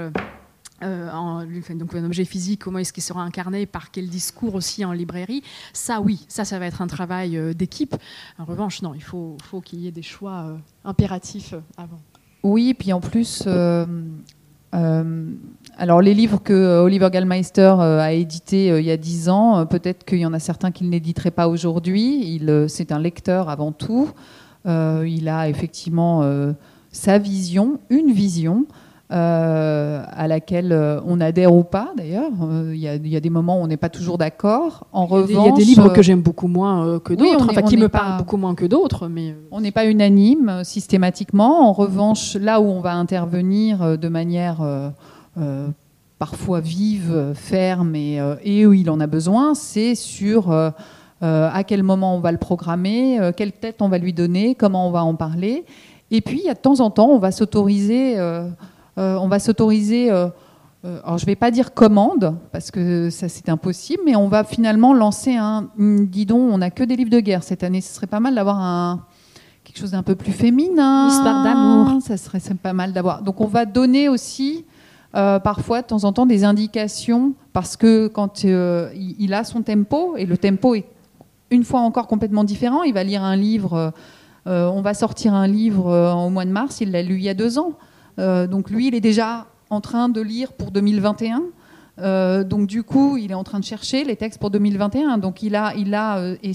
[SPEAKER 2] donc un objet physique, comment est-ce qu'il sera incarné, par quel discours aussi en librairie. Ça, oui, ça va être un travail d'équipe. En revanche, non, il faut qu'il y ait des choix impératifs avant.
[SPEAKER 3] Oui, puis en plus... alors les livres que Oliver Gallmeister a édités il y a 10 ans, peut-être qu'il y en a certains qu'il n'éditerait pas aujourd'hui. C'est un lecteur avant tout. Il a effectivement sa vision, une vision à laquelle on adhère ou pas d'ailleurs. Il y a des moments où on n'est pas toujours d'accord. En revanche,
[SPEAKER 2] il y a des livres que j'aime beaucoup moins que d'autres, qui me parlent beaucoup moins que d'autres. Mais
[SPEAKER 3] on n'est pas unanime systématiquement. En revanche, là où on va intervenir de manière parfois vive, ferme et où il en a besoin, c'est sur à quel moment on va le programmer, quelle tête on va lui donner, comment on va en parler. Et puis, de temps en temps, on va s'autoriser... alors, je ne vais pas dire commande, parce que ça, c'est impossible, mais on va finalement lancer dis donc, on n'a que des livres de guerre cette année. Ce serait pas mal d'avoir quelque chose d'un peu plus féminin.
[SPEAKER 2] Histoire d'amour.
[SPEAKER 3] Ça serait pas mal d'avoir. Donc, on va donner aussi, parfois, de temps en temps, des indications, parce que quand il a son tempo, et le tempo est une fois encore complètement différent. Il va lire un livre, on va sortir un livre au mois de mars, il l'a lu il y a 2 ans. Donc lui, il est déjà en train de lire pour 2021. Donc du coup, il est en train de chercher les textes pour 2021. Donc il a et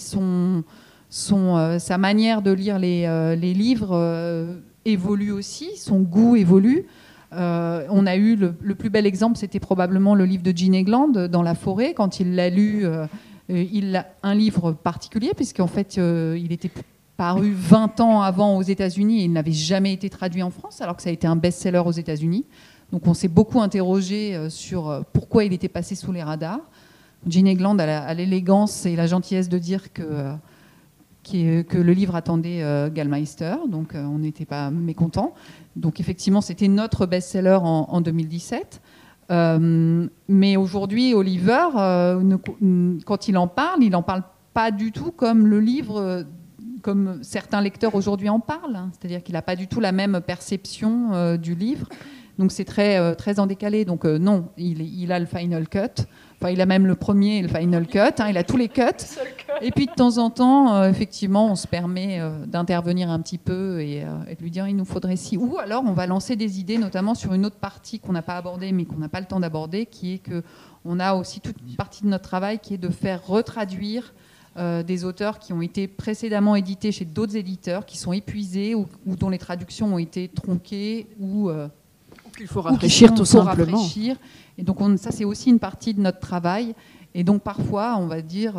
[SPEAKER 3] sa manière de lire les livres évolue aussi, son goût évolue. On a eu le plus bel exemple, c'était probablement le livre de Jean Egland, Dans la forêt. Quand il l'a lu, il a un livre particulier, puisqu'en fait, il était paru 20 ans avant aux États-Unis et il n'avait jamais été traduit en France, alors que ça a été un best-seller aux États-Unis. Donc on s'est beaucoup interrogé sur pourquoi il était passé sous les radars. Jean Egland a l'élégance et la gentillesse de dire que le livre attendait Gallmeister, donc on n'était pas mécontents. Donc effectivement, c'était notre best-seller en 2017. Mais aujourd'hui, Oliver, quand il en parle pas du tout comme le livre, comme certains lecteurs aujourd'hui en parlent. C'est-à-dire qu'il n'a pas du tout la même perception du livre. Donc c'est très, très en décalé. Donc non, il a le final cut. Enfin, il a même le premier et le final cut. Il a tous les cuts. Et puis de temps en temps, effectivement, on se permet d'intervenir un petit peu et de lui dire il nous faudrait ci. Ou alors on va lancer des idées, notamment sur une autre partie qu'on n'a pas abordée, mais qu'on n'a pas le temps d'aborder, qui est qu'on a aussi toute une partie de notre travail qui est de faire retraduire des auteurs qui ont été précédemment édités chez d'autres éditeurs, qui sont épuisés ou dont les traductions ont été tronquées ou
[SPEAKER 2] qu'il faut rafraîchir tout simplement.
[SPEAKER 3] Rafraîchir. Et donc ça, c'est aussi une partie de notre travail. Et donc parfois, on va dire,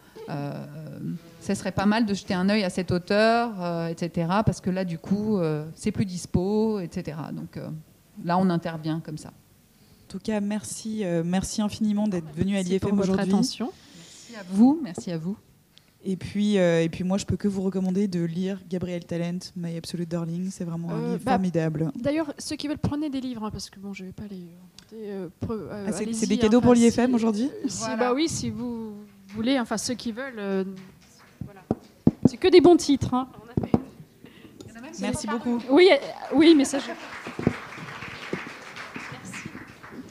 [SPEAKER 3] ça serait pas mal de jeter un œil à cet auteur, etc. Parce que là, du coup, c'est plus dispo, etc. Donc là, on intervient comme ça.
[SPEAKER 1] En tout cas, merci infiniment d'être venu à l'IFM aujourd'hui.
[SPEAKER 2] Attention.
[SPEAKER 3] Merci à vous.
[SPEAKER 1] Et puis moi, je peux que vous recommander de lire Gabriel Talent, My Absolute Darling. C'est vraiment un livre formidable.
[SPEAKER 2] D'ailleurs, ceux qui veulent prendre des livres, parce que bon, je vais pas les.
[SPEAKER 1] C'est des cadeaux pour l'IFM aujourd'hui.
[SPEAKER 2] Bah oui, si vous voulez, enfin ceux qui veulent, voilà. C'est que des bons titres.
[SPEAKER 1] Merci beaucoup.
[SPEAKER 2] Oui, mais ça.